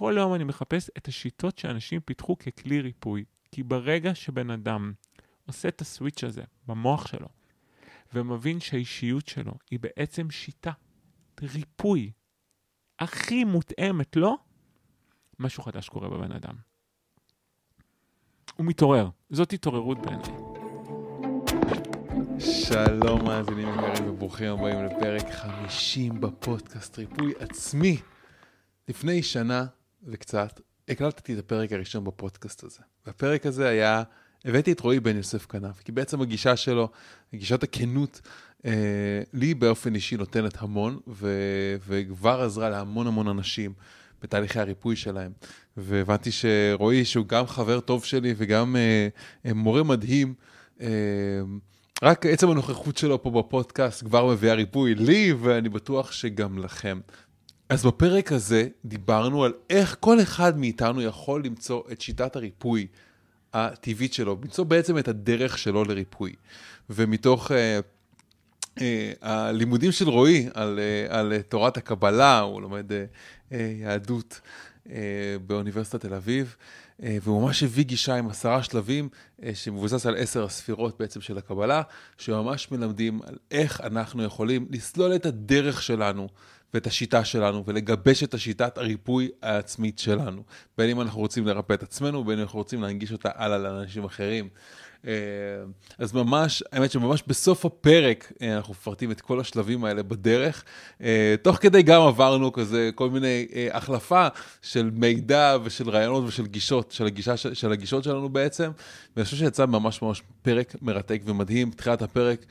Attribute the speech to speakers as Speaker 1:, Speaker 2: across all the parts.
Speaker 1: כל יום אני מחפש את השיטות שאנשים פיתחו ככלי ריפוי. כי ברגע שבן אדם עושה את הסוויץ' הזה במוח שלו, ומבין שהאישיות שלו היא בעצם שיטה, ריפוי, הכי מותאמת לו, משהו חדש קורה בבן אדם. הוא מתעורר. זאת התעוררות בעיניי.
Speaker 2: שלום מאזינים יקרים וברוכים הבאים לפרק 50 בפודקאסט ריפוי עצמי. לפני שנה וקצת הקלטתי את הפרק הראשון בפודקאסט הזה. והפרק הזה היה, הבאתי את רועי בן יוסף כנף, כי בעצם הגישה שלו, גישת הכנות, לי באופן אישי נותנת המון, וכבר עזרה להמון אנשים בתהליכי הריפוי שלהם. והבנתי שרועי, שהוא גם חבר טוב שלי וגם מורה מדהים, רק עצם הנוכחות שלו פה בפודקאסט כבר מביאה ריפוי לי, ואני בטוח שגם לכם. אז בפרק הזה דיברנו על איך כל אחד מאיתנו יכול למצוא את שיטת הריפוי הטבעית שלו, למצוא בעצם את הדרך שלו לריפוי. ומתוך הלימודים של רועי על תורת הקבלה, הוא לומד יהדות באוניברסיטת תל אביב, והוא ממש הביא גישה עם 10 שלבים שמבוסס על 10 הספירות בעצם של הקבלה, שממש מלמדים על איך אנחנו יכולים לסלול את הדרך שלנו ואת השיטה שלנו, ולגבש את השיטת הריפוי העצמית שלנו. בין אם אנחנו רוצים לרפא את עצמנו, בין אם אנחנו רוצים להנגיש אותה הלאה לאנשים אחרים. אז ממש, האמת שממש בסוף הפרק אנחנו מפרטים את כל השלבים האלה בדרך. תוך כדי גם עברנו כזה כל מיני החלפה של מידע ושל רעיונות ושל גישות, של הגישות שלנו בעצם. ואני חושב שיצא ממש פרק מרתק ומדהים. בתחילת הפרק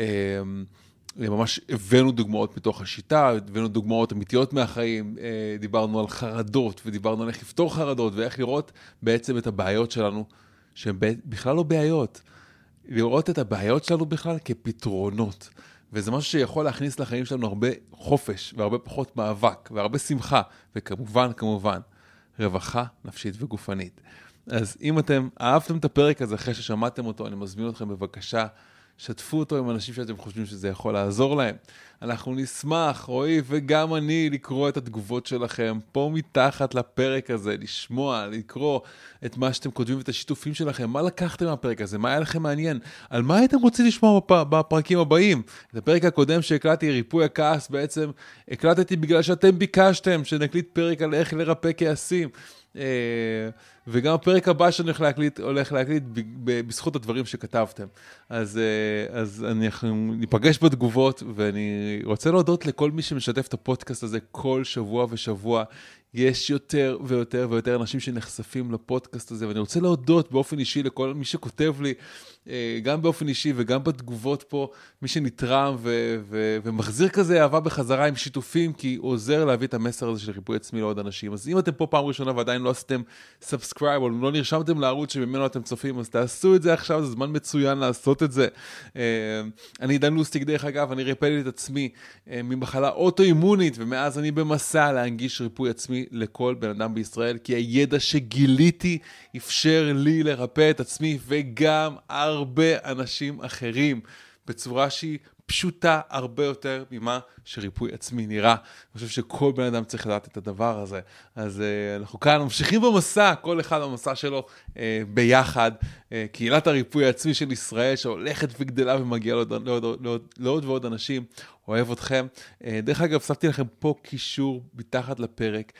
Speaker 2: ממש הבאנו דוגמאות מתוך השיטה, הבאנו דוגמאות אמיתיות מהחיים, דיברנו על חרדות ודיברנו על איך לפתור חרדות ואיך לראות בעצם את הבעיות שלנו, שהן בכלל לא בעיות. לראות את הבעיות שלנו בכלל כפתרונות. וזה משהו שיכול להכניס לחיים שלנו הרבה חופש והרבה פחות מאבק והרבה שמחה. וכמובן, רווחה נפשית וגופנית. אז אם אתם אהבתם את הפרק הזה אחרי ששמעתם אותו, אני מזמין אתכם בבקשה, שתפו אותו עם אנשים שאתם חושבים שזה יכול לעזור להם. אנחנו נשמח, רועי וגם אני, לקרוא את התגובות שלכם פה מתחת לפרק הזה, לשמוע, לקרוא את מה שאתם כותבים ואת השיתופים שלכם. מה לקחתם מהפרק הזה? מה היה לכם מעניין? על מה הייתם רוצים לשמוע בפרקים הבאים? את הפרק הקודם שהקלטתי, ריפוי הכעס, בעצם הקלטתי בגלל שאתם ביקשתם שנקליט פרק על איך לרפא כעסים. וגם הפרק הבא שאני הולך להקליט בזכות הדברים שכתבתם. אז אנחנו ניפגש בתגובות, ואני רוצה להודות לכל מי שמשתף את הפודקאסט הזה כל שבוע ושבוע. יש יותר ויותר אנשים שנחשפים לפודקאסט הזה, ואני רוצה להודות באופן אישי לכל מי שכותב לי, גם באופן אישי וגם בתגובות פה, מי שנתרם ומחזיר כזה אהבה בחזרה עם שיתופים, כי הוא עוזר להביא את המסר הזה של ריפוי עצמי לעוד אנשים. אז אם אתם פה פעם ראשונה ועדיין לא עשיתם סאבסקרייב, או לא נרשמתם לערוץ שממנו אתם צופים, אז תעשו את זה עכשיו, זה זמן מצוין לעשות את זה. אני עידן לוסטיק, דרך אגב, אני ריפאתי את עצמי ממחלה אוטואימונית, ומאז אני במסע להנגיש ריפוי עצמי לכל בן אדם בישראל, כי הידע שגיליתי אפשר לי לרפא את עצמי וגם הרבה אנשים אחרים בצורה שהיא פשוטה הרבה יותר ממה שריפוי עצמי נראה. אני חושב שכל בן אדם צריך לדעת את הדבר הזה. אז אנחנו כאן ממשיכים במסע, כל אחד במסע שלו ביחד. קהילת הריפוי העצמי של ישראל שהולכת וגדלה ומגיעה לעוד ועוד אנשים. אוהב אתכם. דרך אגב, שמתי לכם פה קישור מתחת לפרק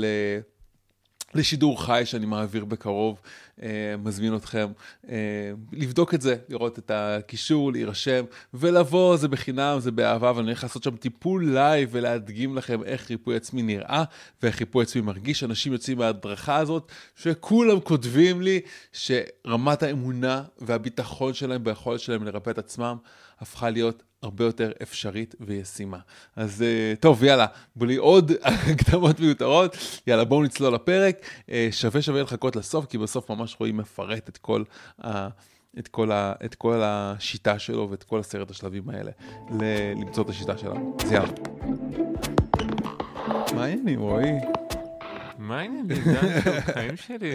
Speaker 2: לשידור חי שאני מעביר בקרוב. מזמין אתכם לבדוק את זה, לראות את הקישור, להירשם ולבוא, זה בחינם, זה באהבה, ואני הולך לעשות שם טיפול לייב ולהדגים לכם איך ריפוי עצמי נראה ואיך ריפוי עצמי מרגיש. אנשים יוצאים מההדרכה הזאת שכולם כותבים לי שרמת האמונה והביטחון שלהם ביכולת שלהם לרפא את עצמם הפכה להיות הרבה יותר אפשרית וישימה. אז טוב, יאללה, בלי עוד הקדמות מיותרות, יאללה, בואו נצלול לפרק. שווה לחכות לסוף, כי בסוף ממש רואים מפרט את כל השיטה שלו ואת כל 10 השלבים האלה למצוא את השיטה שלנו. אז יאללה. מה העניינים, רועי?
Speaker 1: מה העניינים? זה החיים שלי.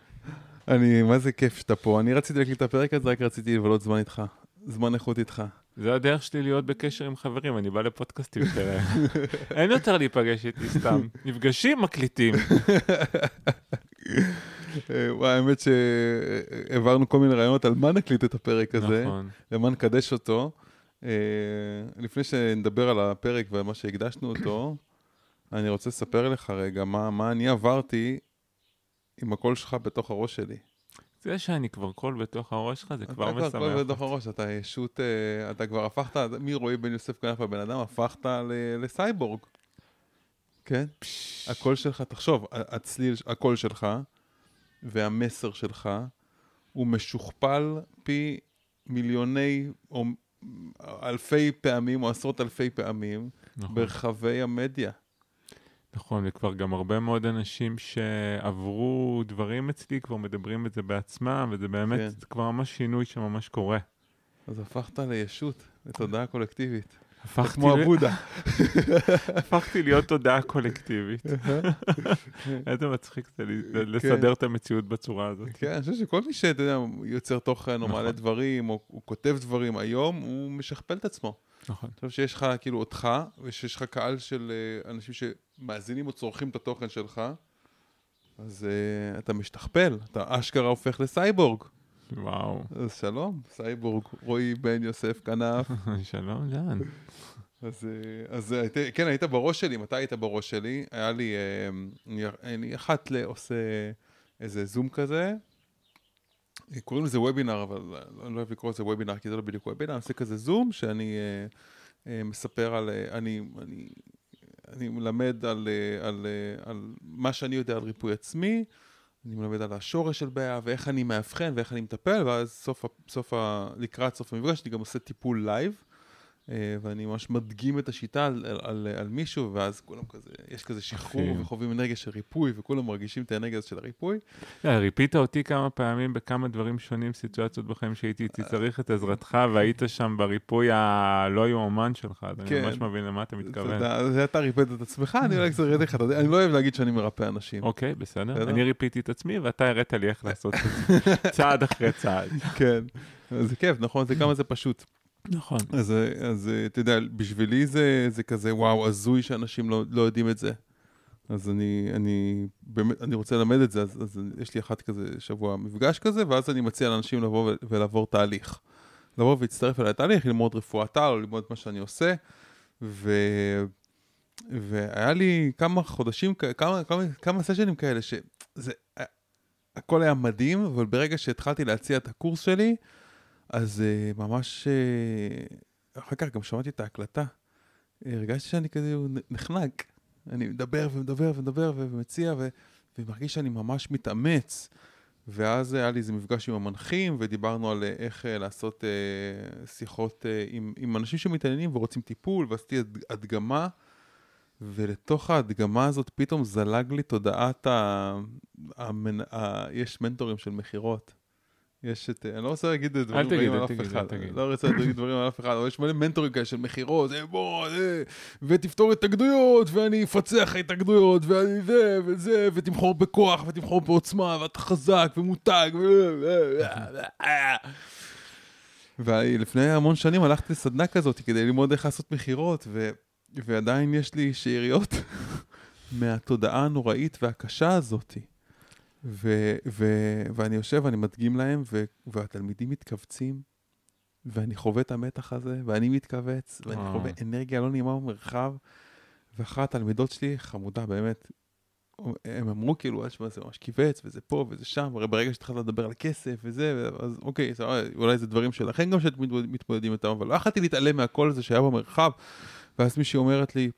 Speaker 2: מה זה כיף שאתה פה. אני רציתי להקליט את הפרק הזה, רק רציתי לבלות זמן איתך. זמן איכות איתך.
Speaker 1: זה הדרך שלי להיות בקשר עם חברים, אני בא לפודקאסטים שלהם. אין יותר להיפגש איתי סתם. נפגשים, מקליטים.
Speaker 2: האמת שהעברנו כל מיני רעיונות על מה נקליט את הפרק הזה,
Speaker 1: נכון.
Speaker 2: למה נקדש אותו. לפני שנדבר על הפרק ועל מה שהקדשנו אותו, אני רוצה לספר לך רגע מה אני עברתי עם הקול שלך בתוך הראש שלי.
Speaker 1: זה שאני כבר קול בתוך הראש שלך, זה כבר משמח.
Speaker 2: אתה כבר קול בתוך הראש, אתה ישות, אתה כבר הפכת, מרועי בן יוסף כנף הבן אדם, הפכת לסייבורג. כן? הקול שלך, תחשוב, הצליל, הקול שלך והמסר שלך, הוא משוכפל פי מיליוני או אלפי פעמים או עשרות אלפי פעמים ברחבי המדיה.
Speaker 1: נכון, וכבר גם הרבה מאוד אנשים שעברו דברים אצלי, כבר מדברים את זה בעצמם, וזה באמת, זה כבר ממש שינוי שממש קורה.
Speaker 2: אז הפכת לישות, לתודעה קולקטיבית.
Speaker 1: הפכתי
Speaker 2: כמו הבודה.
Speaker 1: הפכתי להיות תודעה קולקטיבית. איזה מצחיק זה לסדר את המציאות בצורה הזאת.
Speaker 2: כן, אני חושב שכל מי שאתה יודע, יוצר תוכן או מעלה דברים, או הוא כותב דברים היום, הוא משכפל את עצמו.
Speaker 1: נכון.
Speaker 2: אני חושב שיש לך כאילו אותך, ושיש לך קהל של אנשים שמאזינים או צורכים את התוכן שלך, אז אתה משתכפל, אתה אשכרה הופך לסייבורג.
Speaker 1: וואו.
Speaker 2: אז שלום, סייבורג, רועי בן יוסף כנף.
Speaker 1: שלום, דן.
Speaker 2: אז כן, היית בראש שלי, מתי היית בראש שלי? היה לי, אני אחת עושה איזה זום כזה, קוראים לזה וובינר, אבל אני לא אוהב לקרוא לזה וובינר, כי זה לא בדיוק וובינר, אני עושה כזה זום, שאני מספר על, אני מלמד על מה שאני יודע על ריפוי עצמי, אני מלמד על השורש של בעיה, ואיך אני מאבחן, ואיך אני מטפל, ואז לקראת סוף המפגש, אני גם עושה טיפול לייב, ואני ממש מדגים את השיטה על מישהו, ואז כולם כזה, יש כזה שחרור, וחווים אנרגיה של ריפוי, וכולם מרגישים את האנרגיה של הריפוי.
Speaker 1: ריפית אותי כמה פעמים בכמה דברים שונים, סיטואציות בחיים שהייתי צריך את עזרתך, והיית שם בריפוי הלא יאומן שלך, אז אני ממש מבין למה אתה מתכוון.
Speaker 2: זה אתה ריפית את עצמך, אני אולי קצת הראיתי לך, אני לא אוהב להגיד שאני מרפא אנשים.
Speaker 1: אוקיי, בסדר. אני ריפיתי את עצמי, ואתה הראת לי איך לעשות את זה, צעד אחרי צעד.
Speaker 2: כן, זה כיף, נכון? זה כמה זה פשוט.
Speaker 1: נכון.
Speaker 2: אז אתה יודע, בשבילי זה כזה, וואו, הזוי שאנשים לא יודעים את זה. אז אני רוצה ללמד את זה, אז יש לי אחת כזה שבוע מפגש כזה, ואז אני מציע לאנשים לבוא ולעבור תהליך. לבוא והצטרף אליי תהליך, ללמוד רפואתה, או ללמוד מה שאני עושה, והיה לי כמה חודשים, כמה סשנים כאלה, הכל היה מדהים, אבל ברגע שהתחלתי להציע את הקורס שלי, אז ממש, אחר כך גם שמעתי את ההקלטה, הרגשתי שאני כזה נחנק, אני מדבר ומציע, ומרגיש שאני ממש מתאמץ, ואז היה לי איזה מפגש עם המנחים, ודיברנו על איך לעשות שיחות עם אנשים שמתעניינים ורוצים טיפול, ועשיתי הדגמה, ולתוך ההדגמה הזאת פתאום זלג לי תודעת, יש מנטורים של מחירות, אני לא רוצה להגיד דברים רעים על אף אחד, לא רוצה להגיד דברים על אף אחד, אבל יש מלא מנטורים כאלה של מחירות, ותפתור התנגדויות, ואני אפצח התנגדויות, ואני וזה, ותמחור בכוח, ותמחור בעוצמה, ואתה חזק ומותג, ולפני המון שנים הלכתי לסדנה כזאת, כדי ללמוד איך לעשות מחירות, ועדיין יש לי שאריות מהתודעה הנוראית והקשה הזאת. ואני יושב ואני מדגים להם, והתלמידים מתכווצים, ואני חווה את המתח הזה, ואני מתכווץ, ואני חווה אנרגיה לא נעימה במרחב, ואחרי התלמידות שלי, חמודה באמת, הם אמרו כאילו, זה ממש כיווץ, וזה פה וזה שם, ברגע שהתחלת לדבר על כסף וזה, אז אוקיי, אולי זה דברים שלכם גם שאתם מתמודדים איתם, אבל לא יכולתי להתעלם מהכל הזה שהיה במרחב, ואז מישהי אומרת לי,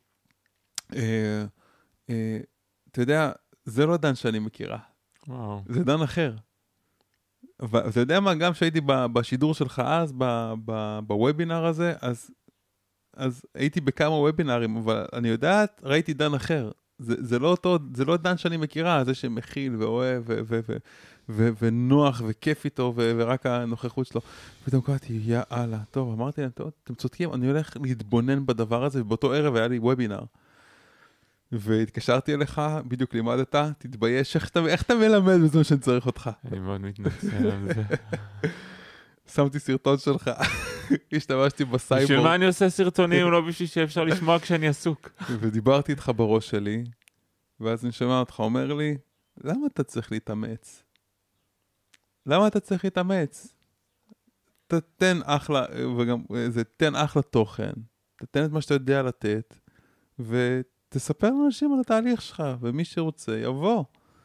Speaker 2: אתה יודע, זה לא דן שאני מכירה.
Speaker 1: וואו.
Speaker 2: זה דן אחר. ואתה יודע מה, גם שהייתי בשידור שלך אז, בוובינר הזה, אז הייתי בכמה וובינרים, אבל אני יודעת, ראיתי דן אחר. זה לא דן שאני מכירה, זה שמכיל ואוהב ונוח וכיף איתו, ורק הנוכחות שלו. פתאום קראתי, יאללה, טוב, אמרתי להם, טוב, אתם צודקים, אני הולך להתבונן בדבר הזה, ובאותו ערב היה לי וובינר. והתקשרתי אליך, בדיוק לימדת, תתבייש, איך אתה מלמד בזמן שאני צריך אותך?
Speaker 1: אני מאוד מתנצל על זה.
Speaker 2: שמתי סרטון שלך. השתמשתי בסייבורג.
Speaker 1: בשביל מה אני עושה סרטונים, לא בשביל שאפשר לשמוע כשאני עסוק.
Speaker 2: ודיברתי איתך בראש שלי, ואז אני שומע אותך אומר לי, למה אתה צריך להתאמץ? למה אתה צריך להתאמץ? תתן אחלה, וגם זה תן אחלה תוכן, תתן את מה שאתה יודע לתת, ותספר לאנשים על התהליך שלך, ומי שרוצה יבוא.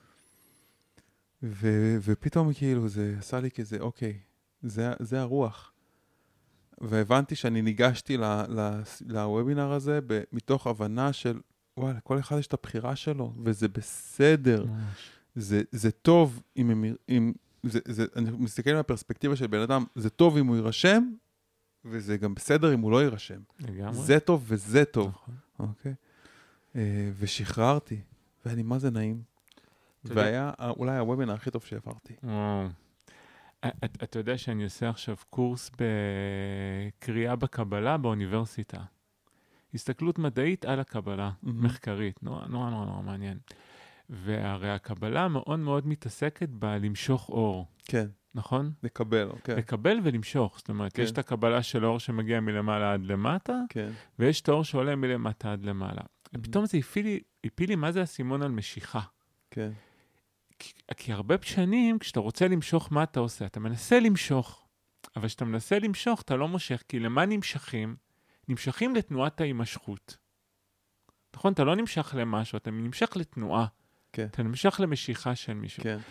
Speaker 2: ופתאום כאילו זה עשה לי כזה, אוקיי, זה הרוח. והבנתי שאני ניגשתי לוובינר הזה מתוך הבנה של, וואי, לכל אחד יש את הבחירה שלו, וזה בסדר. זה טוב אם אני מסתכל מהפרספקטיבה של בן אדם, זה טוב אם הוא יירשם, וזה גם בסדר אם הוא לא יירשם. זה טוב וזה טוב. אוקיי? ושחררתי, ואני מה זה נעים. והיה אולי הוובינר הכי טוב שהעברתי.
Speaker 1: אתה יודע שאני עושה עכשיו קורס בקריאה בקבלה באוניברסיטה. הסתכלות מדעית על הקבלה, מחקרית, נורא מעניין. והרי הקבלה מאוד מאוד מתעסקת בלמשוך אור.
Speaker 2: כן.
Speaker 1: נכון?
Speaker 2: לקבל, אוקיי.
Speaker 1: לקבל ולמשוך. זאת אומרת, יש את הקבלה של אור שמגיע מלמעלה עד למטה,
Speaker 2: כן.
Speaker 1: ויש את האור שעולה מלמטה עד למעלה. ופתאום זה הפיל לי מה זה הסימון על משיכה.
Speaker 2: כן.
Speaker 1: כי הרבה שנים, כשאתה רוצה למשוך, מה אתה עושה? אתה מנסה למשוך, אבל כשאתה מנסה למשוך, אתה לא מושך, כי למה נמשכים? נמשכים לתנועת ההימשכות. נכון? אתה לא נמשך למשהו, אתה נמשך לתנועה.
Speaker 2: כן.
Speaker 1: אתה נמשך למשיכה של מישהו.
Speaker 2: כן.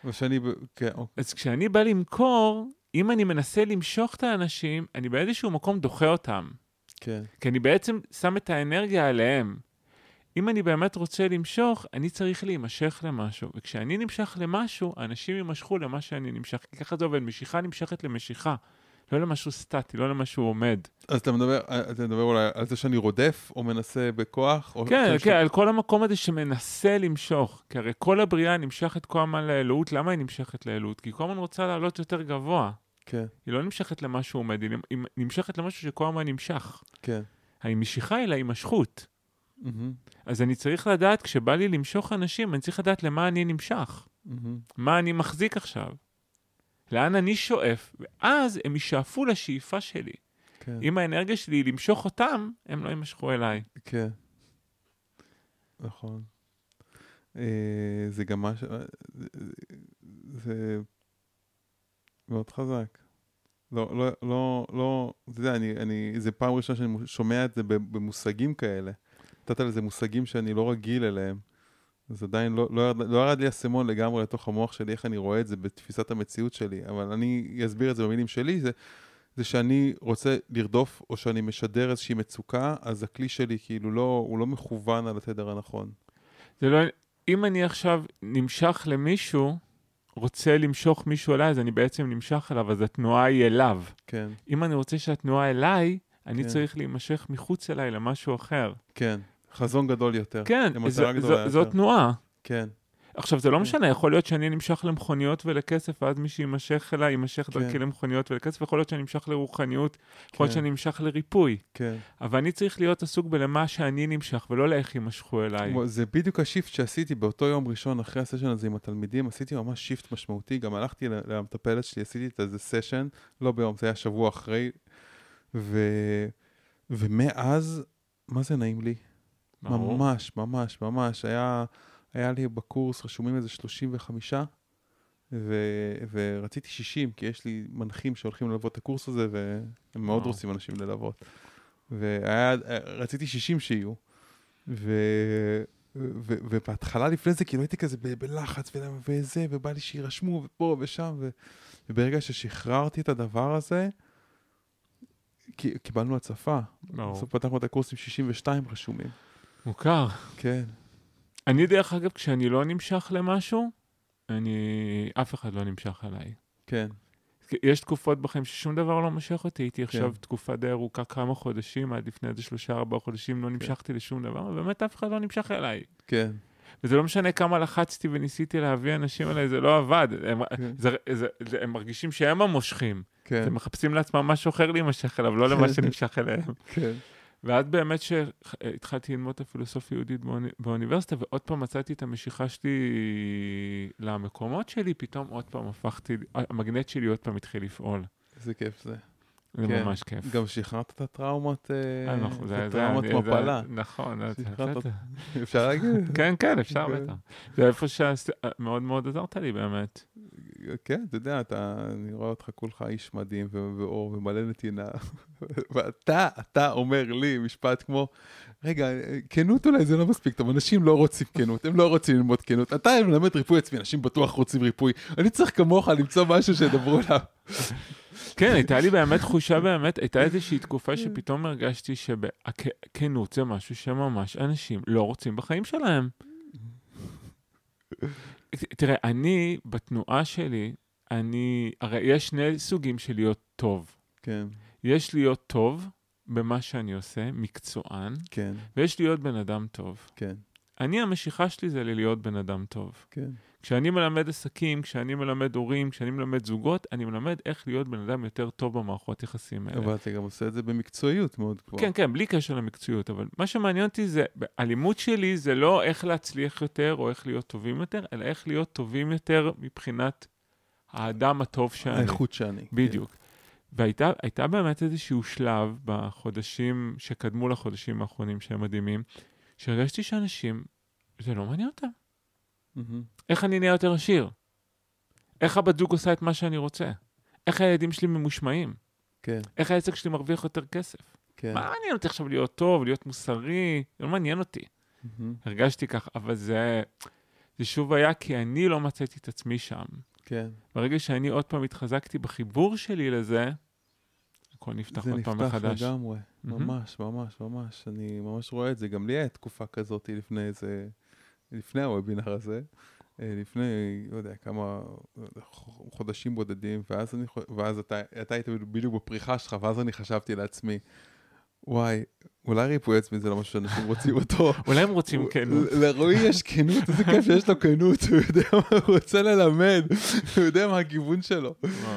Speaker 1: אז כשאני בא למכור, אם אני מנסה למשוך את האנשים, אני באיזשהו מקום דוחה אותם.
Speaker 2: כן.
Speaker 1: כי אני בעצם שם את האנרגיה עליהם. אם אני באמת רוצה למשוך, אני צריך להימשך למשהו. וכשאני נמשך למשהו, האנשים יימשכו למה שאני נמשך. כי ככה זה עובד, משיכה נמשכת למשיכה. לא למשהו סטטי, לא למשהו עומד.
Speaker 2: אז אתה מדבר אולי על זה שאני רודף, או מנסה בכוח?
Speaker 1: כן, כן, על כל המקום הזה שמנסה למשוך. כי הרי כל הבריאה נמשכת כל הזמן לאלוהות. למה היא נמשכת לאלוהות? כי כל הזמן רוצה לעלות יותר גבוה.
Speaker 2: כן.
Speaker 1: היא לא נמשכת למשהו עומד, היא נמשכת למשהו שכל הזמן נמשך.
Speaker 2: כן.
Speaker 1: המשיכה היא להימשכות. אז אני צריך לדעת, כשבא לי למשוך אנשים, אני צריך לדעת למה אני נמשך. מה אני מחזיק עכשיו. לאן אני שואף, ואז הם ישאפו לשאיפה שלי.
Speaker 2: כן.
Speaker 1: אם האנרגיה שלי היא למשוך אותם, הם לא ימשכו אליי.
Speaker 2: כן. נכון. זה גם משהו, זה מאוד חזק. לא, אתה יודע, זה פעם ראשונה שאני שומע את זה במושגים כאלה. נתת לזה מושגים שאני לא רגיל אליהם. אז עדיין לא ירד לי הסימון לגמרי לתוך המוח שלי, איך אני רואה את זה בתפיסת המציאות שלי, אבל אני אסביר את זה במילים שלי, זה שאני רוצה לרדוף, או שאני משדר איזושהי מצוקה, אז הכלי שלי כאילו הוא לא מכוון על התדר הנכון.
Speaker 1: זה לא, אם אני עכשיו נמשך למישהו, רוצה למשוך מישהו אליי, אז אני בעצם נמשך אליו, אז התנועה היא אליו.
Speaker 2: כן.
Speaker 1: אם אני רוצה שהתנועה אליי, אני צריך להימשך מחוץ אליי למשהו אחר.
Speaker 2: כן. חזון גדול יותר.
Speaker 1: כן, זו תנועה.
Speaker 2: כן.
Speaker 1: עכשיו, זה לא משנה, יכול להיות שאני נמשך למכוניות ולכסף, ואז מי שימשך אליי, ימשך דרכי למכוניות ולכסף, יכול להיות שאני נמשך לרוחניות, יכול להיות שאני נמשך לריפוי.
Speaker 2: כן.
Speaker 1: אבל אני צריך להיות עסוק בלמה שאני נמשך, ולא לאיך יימשכו אליי.
Speaker 2: זה בדיוק השיפט שעשיתי באותו יום ראשון, אחרי הסשן הזה עם התלמידים, עשיתי ממש שיפט משמעותי, גם הלכתי למטפלת שלי, עשיתי את איזה סשן, לא ביום, זה היה שבוע אחרי, ומאז, מה זה נעים לי? ממש, ממש, ממש. היה לי בקורס רשומים איזה 35, ורציתי 60, כי יש לי מנחים שהולכים ללוות את הקורס הזה, והם מאוד רוצים אנשים ללוות. ורציתי 60 שיהיו. ובהתחלה לפני זה, כאילו הייתי כזה בלחץ, וזה, ובא לי שירשמו, ופה ושם, וברגע ששחררתי את הדבר הזה, קיבלנו הצפה. בסוף פתחנו את הקורס עם 62 רשומים.
Speaker 1: מוכר.
Speaker 2: כן.
Speaker 1: אני דרך אגב, כשאני לא נמשך למשהו, אף אחד לא נמשך עליי.
Speaker 2: כן.
Speaker 1: יש תקופות בחיים ששום דבר לא משך אותי, הייתי עכשיו תקופה די ארוכה, כמה חודשים, עד לפני איזה 3-4 חודשים, לא נמשכתי לשום דבר, ובאמת אף אחד לא נמשך אליי.
Speaker 2: כן.
Speaker 1: וזה לא משנה כמה לחצתי וניסיתי להביא אנשים אליי, זה לא עבד. הם מרגישים שהם המושכים. הם מחפשים לעצמם משהו אחר להימשך אליו, לא למה שנמשך אליהם.
Speaker 2: כן.
Speaker 1: ועד באמת שהתחלתי ללמוד את הפילוסופיה יהודית באוניברסיטה, ועוד פעם מצאתי את המשיכה שלי למקומות שלי, פתאום עוד פעם המגנט שלי עוד פעם התחיל לפעול.
Speaker 2: איזה כיף זה.
Speaker 1: זה
Speaker 2: כן.
Speaker 1: ממש כיף.
Speaker 2: גם שחררת את הטראומות,
Speaker 1: נכון,
Speaker 2: את הטראומות מפלה.
Speaker 1: נכון.
Speaker 2: אפשר להגיד?
Speaker 1: כן, כן, אפשר בטח. זה איפה שמאוד מאוד עזרת לי באמת.
Speaker 2: כן, אתה יודע, אני רואה אותך כולך איש מדהים ואור ומלא נתינה, ואתה אומר לי משפט כמו, רגע, כנות אולי זה לא מספיק טוב, אנשים לא רוצים כנות, הם לא רוצים ללמוד כנות, אתה מלמד ריפוי עצמי, אנשים בטוח רוצים ריפוי, אני צריך כמוך למצוא משהו שידברו עליו.
Speaker 1: כן, הייתה לי באמת תחושה באמת, הייתה איזושהי תקופה שפתאום הרגשתי שהכנות זה משהו שממש אנשים לא רוצים בחיים שלהם. תראה, אני, בתנועה שלי, הרי יש שני סוגים של להיות טוב.
Speaker 2: כן.
Speaker 1: יש להיות טוב במה שאני עושה, מקצוען,
Speaker 2: כן.
Speaker 1: ויש להיות בן אדם טוב.
Speaker 2: כן.
Speaker 1: המשיכה שלי זה להיות בן אדם טוב.
Speaker 2: כן.
Speaker 1: כשאני מלמד עסקים, כשאני מלמד הורים, כשאני מלמד זוגות, אני מלמד איך להיות בן אדם יותר טוב במערכות יחסים האלה.
Speaker 2: אבל אתה גם עושה את זה במקצועיות מאוד גבוהה.
Speaker 1: כן, כן, בלי קשר למקצועיות, אבל מה שמעניין אותי זה, הלימוד שלי זה לא איך להצליח יותר או איך להיות טובים יותר, אלא איך להיות טובים יותר מבחינת האדם הטוב שאני.
Speaker 2: האיכות שאני.
Speaker 1: בדיוק. והייתה באמת איזשהו שלב בחודשים שקדמו לחודשים האחרונים שהם מדהימים, שהרגשתי שאנשים, זה לא מעניין אותם. איך אני נהיה יותר עשיר? איך הבת זוג עושה את מה שאני רוצה? איך הילדים שלי ממושמעים?
Speaker 2: כן.
Speaker 1: איך העסק שלי מרוויח יותר כסף?
Speaker 2: כן.
Speaker 1: מה מעניין אותי עכשיו להיות טוב, להיות מוסרי? זה לא מעניין אותי. הרגשתי כך, אבל זה שוב היה כי אני לא מצאתי את עצמי שם.
Speaker 2: כן.
Speaker 1: ברגע שאני עוד פעם התחזקתי בחיבור שלי לזה, הכל נפתח עוד פעם מחדש.
Speaker 2: זה נפתח לגמרי. ממש, ממש, ממש. אני ממש רואה את זה. גם לי היה תקופה כזאת לפני הוובינר הזה. לפני, לא יודע, כמה חודשים בודדים, ואז אתה היית בדיוק בפריחה שלך, ואז אני חשבתי לעצמי, וואי, אולי ריפוי עצמי זה לא משהו שאנשים רוצים אותו.
Speaker 1: אולי הם רוצים כנות.
Speaker 2: לרועי יש כנות, איזה כיף שיש לו כנות, הוא יודע מה הוא רוצה ללמד, הוא יודע מה הכיוון שלו.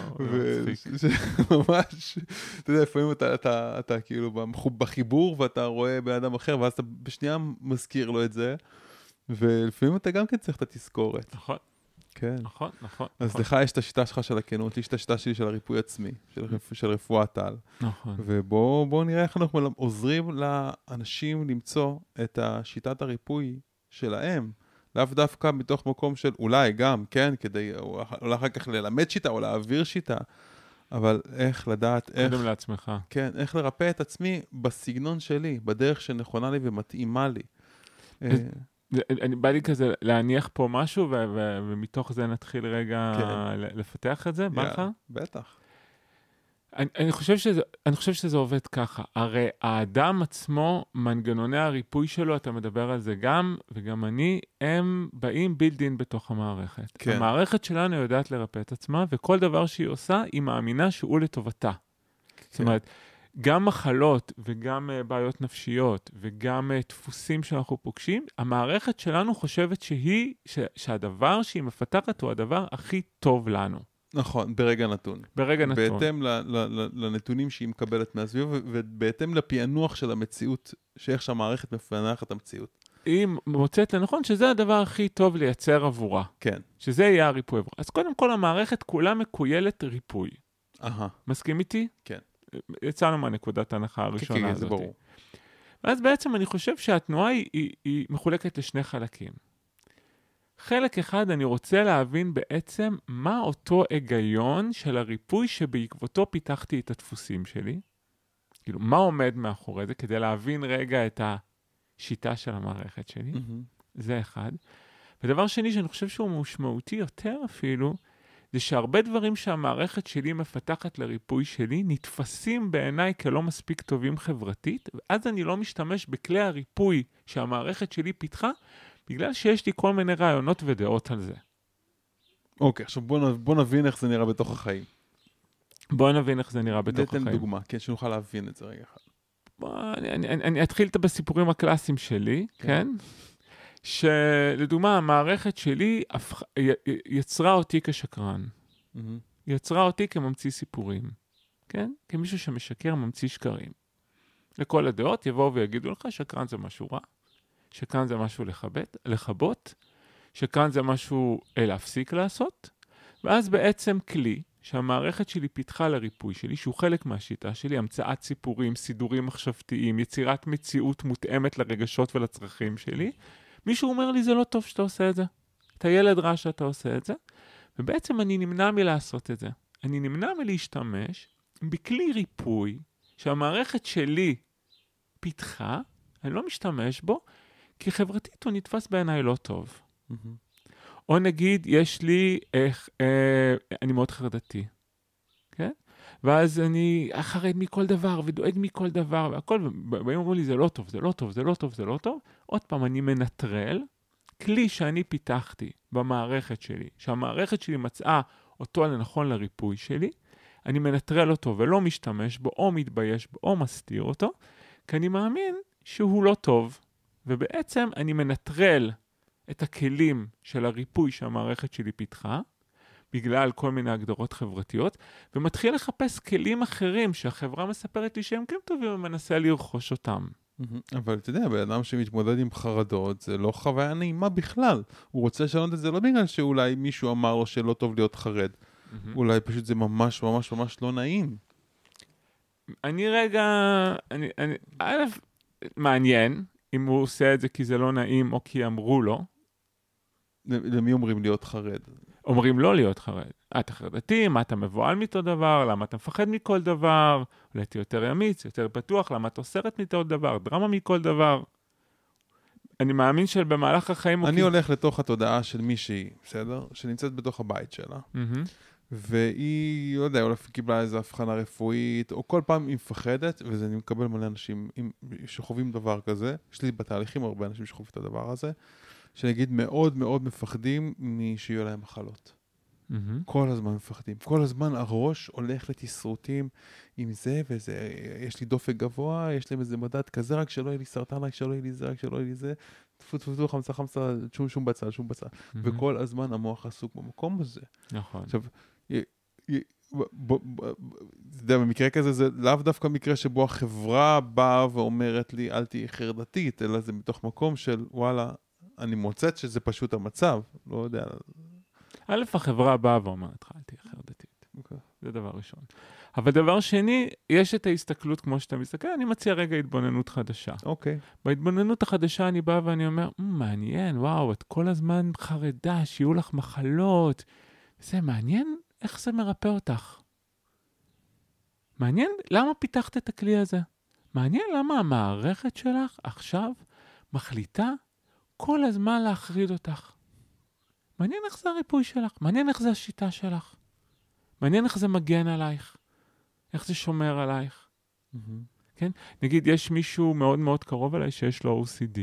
Speaker 2: ממש, אתה יודע, לפעמים אתה כאילו בחיבור, ואתה רואה באדם אחר, ואז אתה בשנייה מזכיר לו את זה, ולפעמים אתה גם כן צריך את התזכורת.
Speaker 1: נכון.
Speaker 2: כן.
Speaker 1: נכון, נכון.
Speaker 2: אז לך יש את השיטה שלך של הכנות, יש את השיטה שלי של הריפוי עצמי, של רפואת על.
Speaker 1: נכון.
Speaker 2: ובואו נראה איך אנחנו עוזרים לאנשים למצוא את שיטת הריפוי שלהם, לאו דווקא מתוך מקום של אולי גם, כן, כדי אולי אחר כך ללמד שיטה או להעביר שיטה, אבל איך לדעת,
Speaker 1: קודם לעצמך.
Speaker 2: כן, איך לרפא את עצמי בסגנון שלי, בדרך שנכונה לי ומתאימה לי.
Speaker 1: אני בא לי כזה להניח פה משהו, ומתוך זה נתחיל רגע לפתח את זה, בא לך?
Speaker 2: בטח.
Speaker 1: אני חושב שזה עובד ככה. הרי האדם עצמו, מנגנוני הריפוי שלו, אתה מדבר על זה גם, וגם אני, הם באים בילדין בתוך המערכת.
Speaker 2: כן.
Speaker 1: המערכת שלנו יודעת לרפא את עצמה, וכל דבר שהיא עושה, היא מאמינה שהוא לטובתה. כן. זאת אומרת, גם מחלות וגם בעיות נפשיות וגם דפוסים שאנחנו פוגשים, המערכת שלנו חושבת שהדבר שהיא מפתחת הוא הדבר הכי טוב לנו.
Speaker 2: נכון, ברגע נתון.
Speaker 1: ברגע נתון.
Speaker 2: בהתאם לנתונים שהיא מקבלת מהסביבה, ובהתאם לפענוח של המציאות, שאיך שהמערכת מפענחת את המציאות.
Speaker 1: היא מוצאת לנכון שזה הדבר הכי טוב לייצר עבורה.
Speaker 2: כן.
Speaker 1: שזה יהיה הריפוי עבורה. אז קודם כל המערכת כולה מקוילת ריפוי. מסכים איתי?
Speaker 2: כן.
Speaker 1: יצאנו מהנקודת ההנחה הראשונה הזאת.
Speaker 2: זה ברור.
Speaker 1: ואז בעצם אני חושב שהתנועה היא מחולקת לשני חלקים. חלק אחד, אני רוצה להבין בעצם מה אותו היגיון של הריפוי שבעקבותו פיתחתי את הדפוסים שלי. כאילו, מה עומד מאחורי זה כדי להבין רגע את השיטה של המערכת שלי. זה אחד. ודבר שני שאני חושב שהוא משמעותי יותר אפילו, זה שהרבה דברים שהמערכת שלי מפתחת לריפוי שלי נתפסים בעיניי כלא מספיק טובים חברתית, ואז אני לא משתמש בכלי הריפוי שהמערכת שלי פיתחה, בגלל שיש לי כל מיני רעיונות ודעות על זה.
Speaker 2: אוקיי, עכשיו בוא נבין איך זה נראה בתוך החיים.
Speaker 1: בוא נבין איך זה נראה בתוך החיים.
Speaker 2: תן דוגמה, כן, שנוכל להבין את זה רגע אחד.
Speaker 1: אני אתחיל בסיפורים הקלאסיים שלי, כן? שלדוגמה, המערכת שלי יצרה אותי כשקרן. יצרה אותי כממציא סיפורים. כן? כמישהו שמשקר ממציא שקרים. לכל הדעות יבואו ויגידו לך, שקרן זה משהו רע, שקרן זה משהו לכבות, שקרן זה משהו להפסיק לעשות, ואז בעצם כלי שהמערכת שלי פיתחה לריפוי שלי, שהוא חלק מהשיטה שלי, המצאת סיפורים, סידורים מחשבתיים, יצירת מציאות מותאמת לרגשות ולצרכים שלי, מישהו אומר לי, זה לא טוב שאתה עושה את זה. אתה ילד רע שאתה עושה את זה, ובעצם אני נמנע מלעשות את זה. אני נמנע מלהשתמש בכלי ריפוי שהמערכת שלי פיתחה, אני לא משתמש בו, כי חברתית הוא נתפס בעיניי לא טוב. או נגיד, יש לי, אני מאוד חרדתי, כן? ואז אני חרד מכל דבר, ודואג מכל דבר, והכל, ובאים אומרים לי, זה לא טוב, זה לא טוב, זה לא טוב, זה לא טוב. עוד פעם, אני מנטרל כלי שאני פיתחתי במערכת שלי, שהמערכת שלי מצאה אותו לנכון לריפוי שלי, אני מנטרל אותו ולא משתמש בו, או מתבייש בו, או מסתיר אותו, כי אני מאמין שהוא לא טוב, ובעצם אני מנטרל את הכלים של הריפוי שהמערכת שלי פיתחה, בגלל כל מיני הגדרות חברתיות, ומתחיל לחפש כלים אחרים שהחברה מספרת לי שהם כן טובים ומנסה לרכוש אותם.
Speaker 2: אבל אתה יודע, בן אדם שמתמודד עם חרדות, זה לא חוויה נעימה בכלל. הוא רוצה לשנות את זה לא בגלל שאולי מישהו אמר לו שלא טוב להיות חרד. אולי פשוט זה ממש ממש ממש לא נעים.
Speaker 1: א', מעניין אם הוא עושה את זה כי זה לא נעים או כי אמרו לו.
Speaker 2: למי אומרים להיות חרד?
Speaker 1: אומרים לא להיות חרד. אתה חרדתי, מה אתה מבועל מאותו דבר, למה אתה מפחד מכל דבר, אולי אתה יותר אמיץ, יותר פתוח, למה אתה אוסרת מאותו דבר, דרמה מכל דבר. אני מאמין שבמהלך החיים...
Speaker 2: אני הולך לתוך התודעה של מישהי, בסדר? שנמצאת בתוך הבית שלה. והיא, לא יודע, אולי קיבלה איזו הבחנה רפואית, או כל פעם היא מפחדת, וזה אני מקבל מלא אנשים שחווים דבר כזה. יש לי בתהליכים הרבה אנשים שחווים את הדבר הזה, שנגיד מאוד מאוד מפחדים שיהיו להם מחלות. כל הזמן מפחדים. כל הזמן הראש הולך לתסרוטים עם זה וזה. יש לי דופק גבוה, יש להם איזה מדד כזה, רק שלא יהיה לי סרטן, רק שלא יהיה לי זה, רק שלא יהיה לי זה. תפו, חמצה, שום בצל, שום בצל. וכל הזמן המוח עסוק במקום הזה.
Speaker 1: נכון.
Speaker 2: עכשיו, במקרה כזה זה לאו דווקא מקרה שבו החברה באה ואומרת לי, אל תהי חרדתית, אלא זה מתוך מקום של, וואלה, אני מוצאת שזה פשוט המצב, לא יודע.
Speaker 1: א', החברה באה ואומרת לך, אל תהיה חרדתית. זה דבר ראשון. אבל דבר שני, יש את ההסתכלות כמו שאתה מסתכל, אני מציע רגע התבוננות חדשה.
Speaker 2: אוקיי.
Speaker 1: בהתבוננות החדשה אני בא ואני אומר, מעניין, וואו, את כל הזמן חרדה, שיהיו לך מחלות. זה מעניין איך זה מרפא אותך. מעניין למה פיתחת את הכלי הזה. מעניין למה המערכת שלך עכשיו מחליטה כל הזמן להחריד אותך. מעניין איך זה הריפוי שלך, מעניין איך זה השיטה שלך. מעניין איך זה מגן עלייך, איך זה שומר עלייך. כן? נגיד, יש מישהו מאוד מאוד קרוב אליי שיש לו OCD.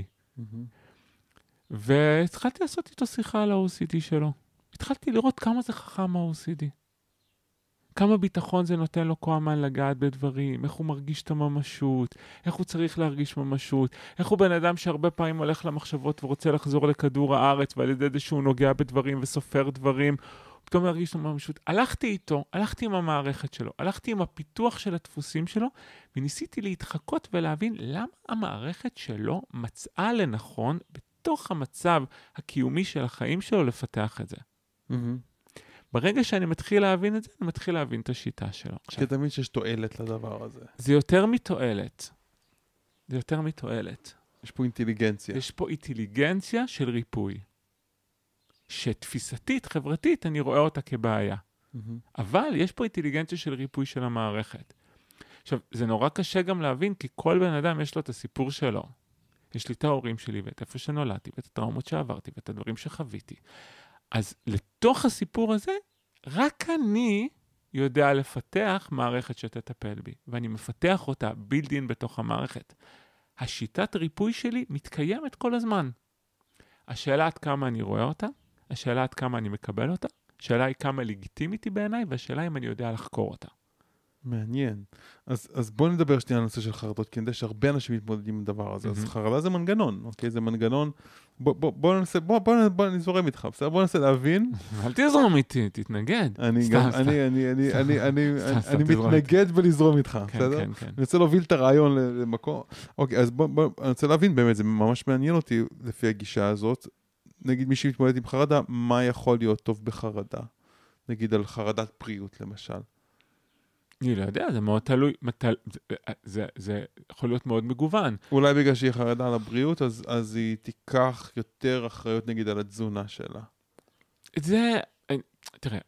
Speaker 1: והתחלתי לעשות איתו שיחה על ה-OCD שלו. התחלתי לראות כמה זה חכם ה-OCD. כמה ביטחון זה נותן לו כוח לגעת בדברים, איך הוא מרגיש את הממשות, איך הוא צריך להרגיש ממשות, איך הוא בן אדם שהרבה פעמים הולך למחשבות ורוצה לחזור לכדור הארץ, ועל ידי זה שהוא נוגע בדברים וסופר דברים, פתאום להרגיש את הממשות. הלכתי איתו, הלכתי עם המערכת שלו, הלכתי עם הפיתוח של הדפוסים שלו, וניסיתי להתחקות ולהבין למה המערכת שלו מצאה לנכון בתוך המצב הקיומי של החיים שלו לפתח את זה. ברגע שאני מתחיל להבין את זה, אני מתחיל להבין את השיטה שלו.
Speaker 2: כי תמיד שיש תועלת לדבר הזה.
Speaker 1: זה יותר מתועלת. זה יותר מתועלת.
Speaker 2: יש פה אינטליגנציה.
Speaker 1: יש פה אינטליגנציה של ריפוי. שתפיסתית, חברתית, אני רואה אותה כבעיה. אבל יש פה אינטליגנציה של ריפוי של המערכת. עכשיו, זה נורא קשה גם להבין, כי כל בן אדם יש לו את הסיפור שלו. יש לי את ההורים שלי, ואת איפה שנולדתי, ואת הטראומות שעברתי, ואת הדברים שחוויתי. אז לתוך הסיפור הזה, רק אני יודע לפתח מערכת שתטפל בי, ואני מפתח אותה בילדין בתוך המערכת. השיטת ריפוי שלי מתקיימת כל הזמן. השאלה עד כמה אני רואה אותה, השאלה עד כמה אני מקבל אותה, השאלה היא כמה לגיטימית היא בעיניי, והשאלה אם אני יודע לחקור אותה.
Speaker 2: מעניין. אז בוא נדבר שנייה על הנושא של חרדות, כי אני יודע שהרבה אנשים מתמודדים עם הדבר הזה. אז חרדה זה מנגנון, אוקיי? זה מנגנון. בוא נזורם איתך, בסדר? בוא ננסה להבין.
Speaker 1: אל תזרום איתי, תתנגד.
Speaker 2: אני מתנגד בלזרום איתך, בסדר? אני רוצה להוביל את הרעיון למקום. אוקיי, אז אני רוצה להבין באמת, זה ממש מעניין אותי לפי הגישה הזאת. נגיד מי שמתמודד עם חרדה, מה יכול להיות טוב בחרדה? נגיד על בריאות למשל?
Speaker 1: אני לא יודע, זה מאוד תלוי, זה יכול להיות מאוד מגוון.
Speaker 2: אולי בגלל שהיא חרדה על הבריאות, אז היא תיקח יותר אחריות נגיד על התזונה שלה.
Speaker 1: תראה,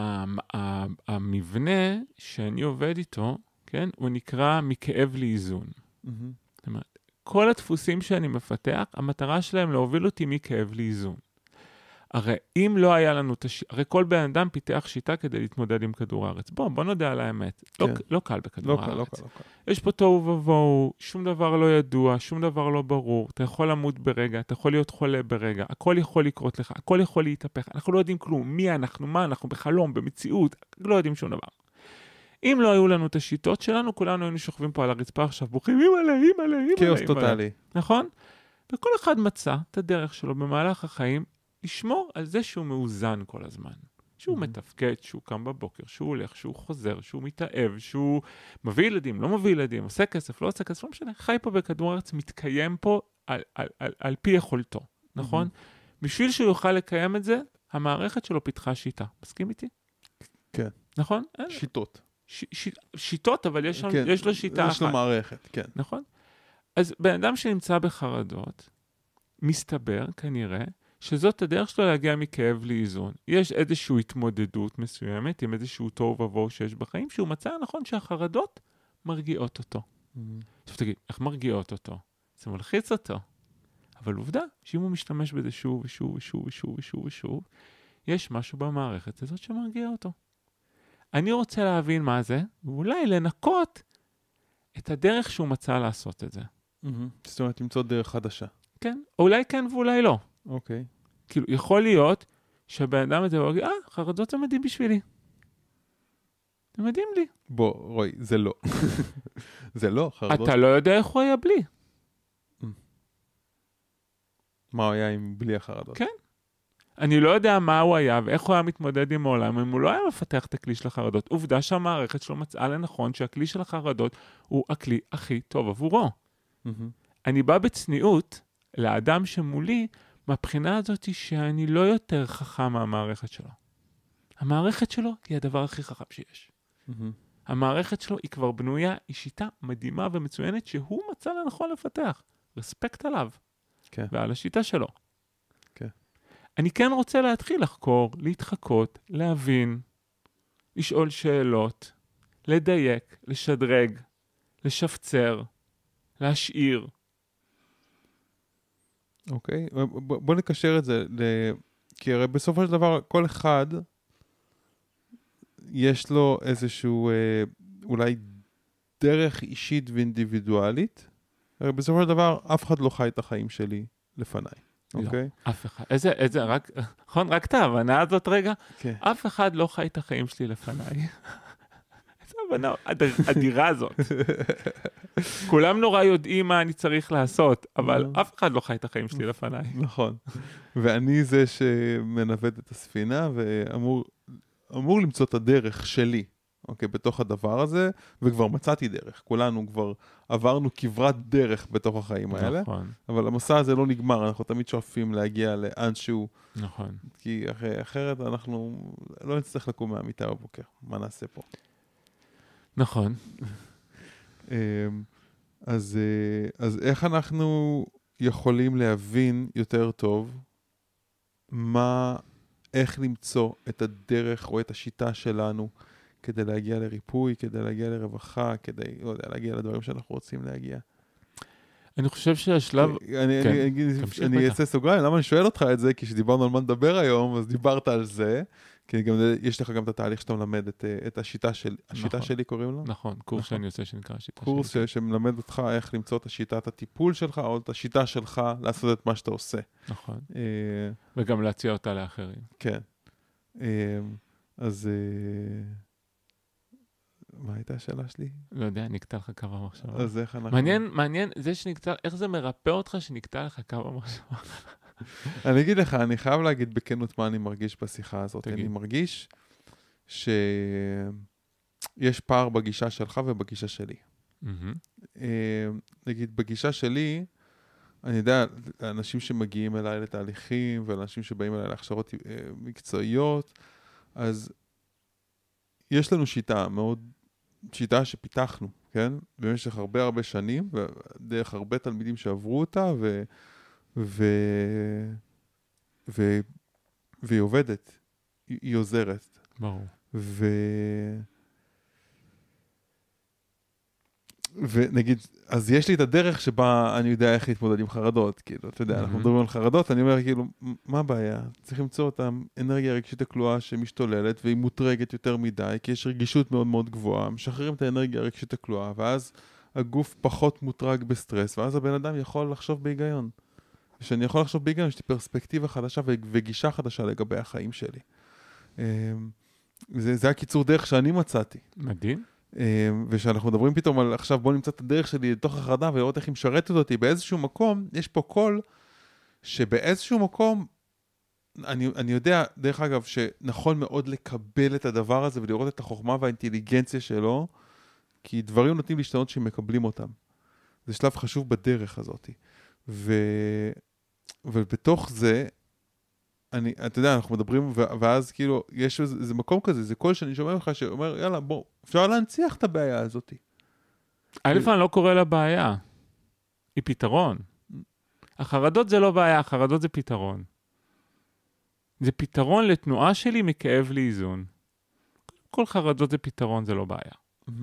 Speaker 1: המבנה שאני עובד איתו, כן, הוא נקרא מכאב לאיזון. זאת אומרת, כל הדפוסים שאני מפתח, המטרה שלהם להוביל אותי מכאב לאיזון. הרי אם לא היה לנו הרי כל בן אדם פיתח שיטה כדי להתמודד עם כדור הארץ. בוא נודה על האמת.
Speaker 2: כן.
Speaker 1: לא קל בכדור הארץ.
Speaker 2: לא קל.
Speaker 1: יש פה תוהו ובוהו, שום דבר לא ידוע, שום דבר לא ברור. אתה יכול למות ברגע, אתה יכול להיות חולה ברגע, הכל יכול לקרות לך, הכל יכול להתהפך. אנחנו לא יודעים כלום, מי אנחנו, מה אנחנו, בחלום, במציאות, לא יודעים שום דבר. אם לא היו לנו את השיטות שלנו, כולנו היינו שוכבים פה על הרצפה עכשיו, בוכים, אימא'לה.
Speaker 2: כאוס טוטלי.
Speaker 1: נכון? וכל אחד מצא את הדרך שלו במהלך החיים, לשמור על זה שהוא מאוזן כל הזמן. שהוא מתפקד, שהוא קם בבוקר, שהוא הולך, שהוא חוזר, שהוא מתאהב, שהוא מביא ילדים, לא מביא ילדים, עושה כסף, לא עושה כסף, לא משנה, חי פה בכדור הארץ, מתקיים פה על פי יכולתו, נכון? בשביל שהוא יוכל לקיים את זה, המערכת שלו פיתחה שיטה. מסכים איתי?
Speaker 2: כן.
Speaker 1: נכון?
Speaker 2: שיטות.
Speaker 1: שיטות, אבל יש לו שיטה אחת.
Speaker 2: יש לו מערכת, כן.
Speaker 1: נכון? אז בן אדם שנמצא בחרדות, מסתבר כנראה, שזאת הדרך שלו להגיע מכאב לאיזון. יש איזושהי התמודדות מסוימת, עם איזשהו תוהו ובוהו שיש בחיים, שהוא מצא נכון שהחרדות מרגיעות אותו. עכשיו תגיד, איך מרגיעות אותו? זה מלחיץ אותו. אבל עובדה, שאם הוא משתמש בזה שוב ושוב, יש משהו במערכת הזאת שמרגיע אותו. אני רוצה להבין מה זה, ואולי לנקות את הדרך שהוא מצא לעשות את זה.
Speaker 2: זאת אומרת, למצוא דרך חדשה.
Speaker 1: כן, אולי כן ואולי לא.
Speaker 2: אוקיי.
Speaker 1: כאילו, יכול להיות שהבן אדם הזה הוא יגיד, חרדות זה מדהים בשבילי. זה מדהים לי.
Speaker 2: בוא, רואי, זה לא. זה לא, חרדות.
Speaker 1: אתה לא יודע איך הוא היה בלי.
Speaker 2: מה הוא היה עם בלי החרדות?
Speaker 1: כן. אני לא יודע מה הוא היה ואיך הוא היה מתמודד עם העולם, אם הוא לא היה מפתח את הכלי של החרדות. עובדה שהמערכת שלו מצאה לנכון שהכלי של החרדות הוא הכלי הכי טוב עבורו. אני בא בצניעות לאדם שמולי, מהבחינה הזאת שאני לא יותר חכם מהמערכת שלו. המערכת שלו היא הדבר הכי חכם שיש. המערכת שלו היא כבר בנויה, היא שיטה מדהימה ומצוינת שהוא מצא לנכון לפתח. רספקט עליו.
Speaker 2: כן.
Speaker 1: ועל השיטה שלו.
Speaker 2: כן.
Speaker 1: אני כן רוצה להתחיל לחקור, להתחקות, להבין, לשאול שאלות, לדייק, לשדרג, לשפצר, להשאיר.
Speaker 2: אוקיי, בוא נקשר את זה, כי הרי בסופו של דבר כל אחד יש לו איזשהו אולי דרך אישית ואינדיבידואלית, הרי בסופו של דבר אף אחד לא חי את החיים שלי לפניי, אוקיי?
Speaker 1: לא, אף אחד. איזה, רק את ההבנה הזאת רגע,
Speaker 2: כן.
Speaker 1: אף אחד לא חי את החיים שלי לפניי. איזה הבנה אדירה הזאת. כולם נורא יודעים מה אני צריך לעשות, אבל אף אחד לא חי את החיים שלי לפניי.
Speaker 2: נכון. ואני זה שמנווט את הספינה, ואמור למצוא את הדרך שלי, אוקיי, בתוך הדבר הזה, וכבר מצאתי דרך. כולנו כבר עברנו כברת דרך בתוך החיים האלה.
Speaker 1: נכון.
Speaker 2: אבל המסע הזה לא נגמר, אנחנו תמיד שואפים להגיע לאנשהו.
Speaker 1: נכון.
Speaker 2: כי אחרת אנחנו לא נצטרך לקום מהמיטה בבוקר. מה נעשה פה?
Speaker 1: נכון.
Speaker 2: אז איך אנחנו יכולים להבין יותר טוב איך למצוא את הדרך או את השיטה שלנו כדי להגיע לריפוי, כדי להגיע לרווחה, כדי, לא יודע, להגיע לדברים שאנחנו רוצים להגיע.
Speaker 1: אני חושב שהשלב...
Speaker 2: אני אעשה סוגריים, למה אני שואל אותך את זה? כי כשדיברנו על מה נדבר היום, אז דיברת על זה, כי גם יש לך גם את התהליך שאתה מלמד את השיטה שלי, השיטה שלי קוראים לו?
Speaker 1: נכון, קורס שאני עושה שנקרא השיטה שלי.
Speaker 2: קורס שמלמד אותך איך למצוא את השיטת הטיפול שלך, או את השיטה שלך לעשות את מה שאתה עושה.
Speaker 1: נכון. וגם להציע אותה לאחרים.
Speaker 2: כן. אז... מה הייתה השאלה שלי?
Speaker 1: לא יודע, נקטע לך קו המחשבה.
Speaker 2: אז איך אנחנו...
Speaker 1: מעניין, זה שנקטע, איך זה מרפא אותך שנקטע לך קו המחשבה?
Speaker 2: אני אגיד לך, אני חייב להגיד בכנות מה אני מרגיש בשיחה הזאת. אני מרגיש שיש פער בגישה שלך ובגישה שלי. נגיד, בגישה שלי, אני יודע, אנשים שמגיעים אליי לתהליכים, ואנשים שבאים אליי להכשרות מקצועיות, אז יש לנו שיטה שפיתחנו, כן? במשך הרבה שנים, ודרך הרבה תלמידים שעברו אותה, והיא עובדת, היא עוזרת.
Speaker 1: ברור.
Speaker 2: ונגיד, אז יש לי את הדרך שבה אני יודע איך להתמודד עם חרדות, כאילו, אתה יודע, אנחנו מדברים על חרדות, אני אומר, כאילו, מה הבעיה? צריך למצוא את האנרגיה הרגשית הכלואה שמשתוללת, והיא מוטרגת יותר מדי, כי יש רגישות מאוד מאוד גבוהה, משחררים את האנרגיה הרגשית הכלואה, ואז הגוף פחות מוטרג בסטרס, ואז הבן אדם יכול לחשוב בהיגיון. כשאני יכול לחשוב בהיגיון, יש לי פרספקטיבה חדשה וגישה חדשה לגבי החיים שלי. זה הקיצור דרך שאני מצאתי.
Speaker 1: מדהים.
Speaker 2: ושאנחנו מדברים פתאום על עכשיו בוא נמצא את הדרך שלי לתוך החרדה ולראות איך היא משרתת אותי באיזשהו מקום, יש פה קול שבאיזשהו מקום, אני יודע דרך אגב שנכון מאוד לקבל את הדבר הזה ולראות את החוכמה והאינטליגנציה שלו, כי דברים נותנים להשתנות שמקבלים אותם. זה שלב חשוב בדרך הזאת. ובתוך זה, אתה יודע, אנחנו מדברים, ואז כאילו, יש איזה מקום כזה, זה קול שאני שומע לך שאומר, יאללה, בוא, אפשר להנציח את הבעיה הזאת.
Speaker 1: אני לא קורא לה בעיה. היא פתרון. החרדות זה לא בעיה, החרדות זה פתרון. זה פתרון לתנועה שלי מכאב לאיזון. כל חרדות זה פתרון, זה לא בעיה.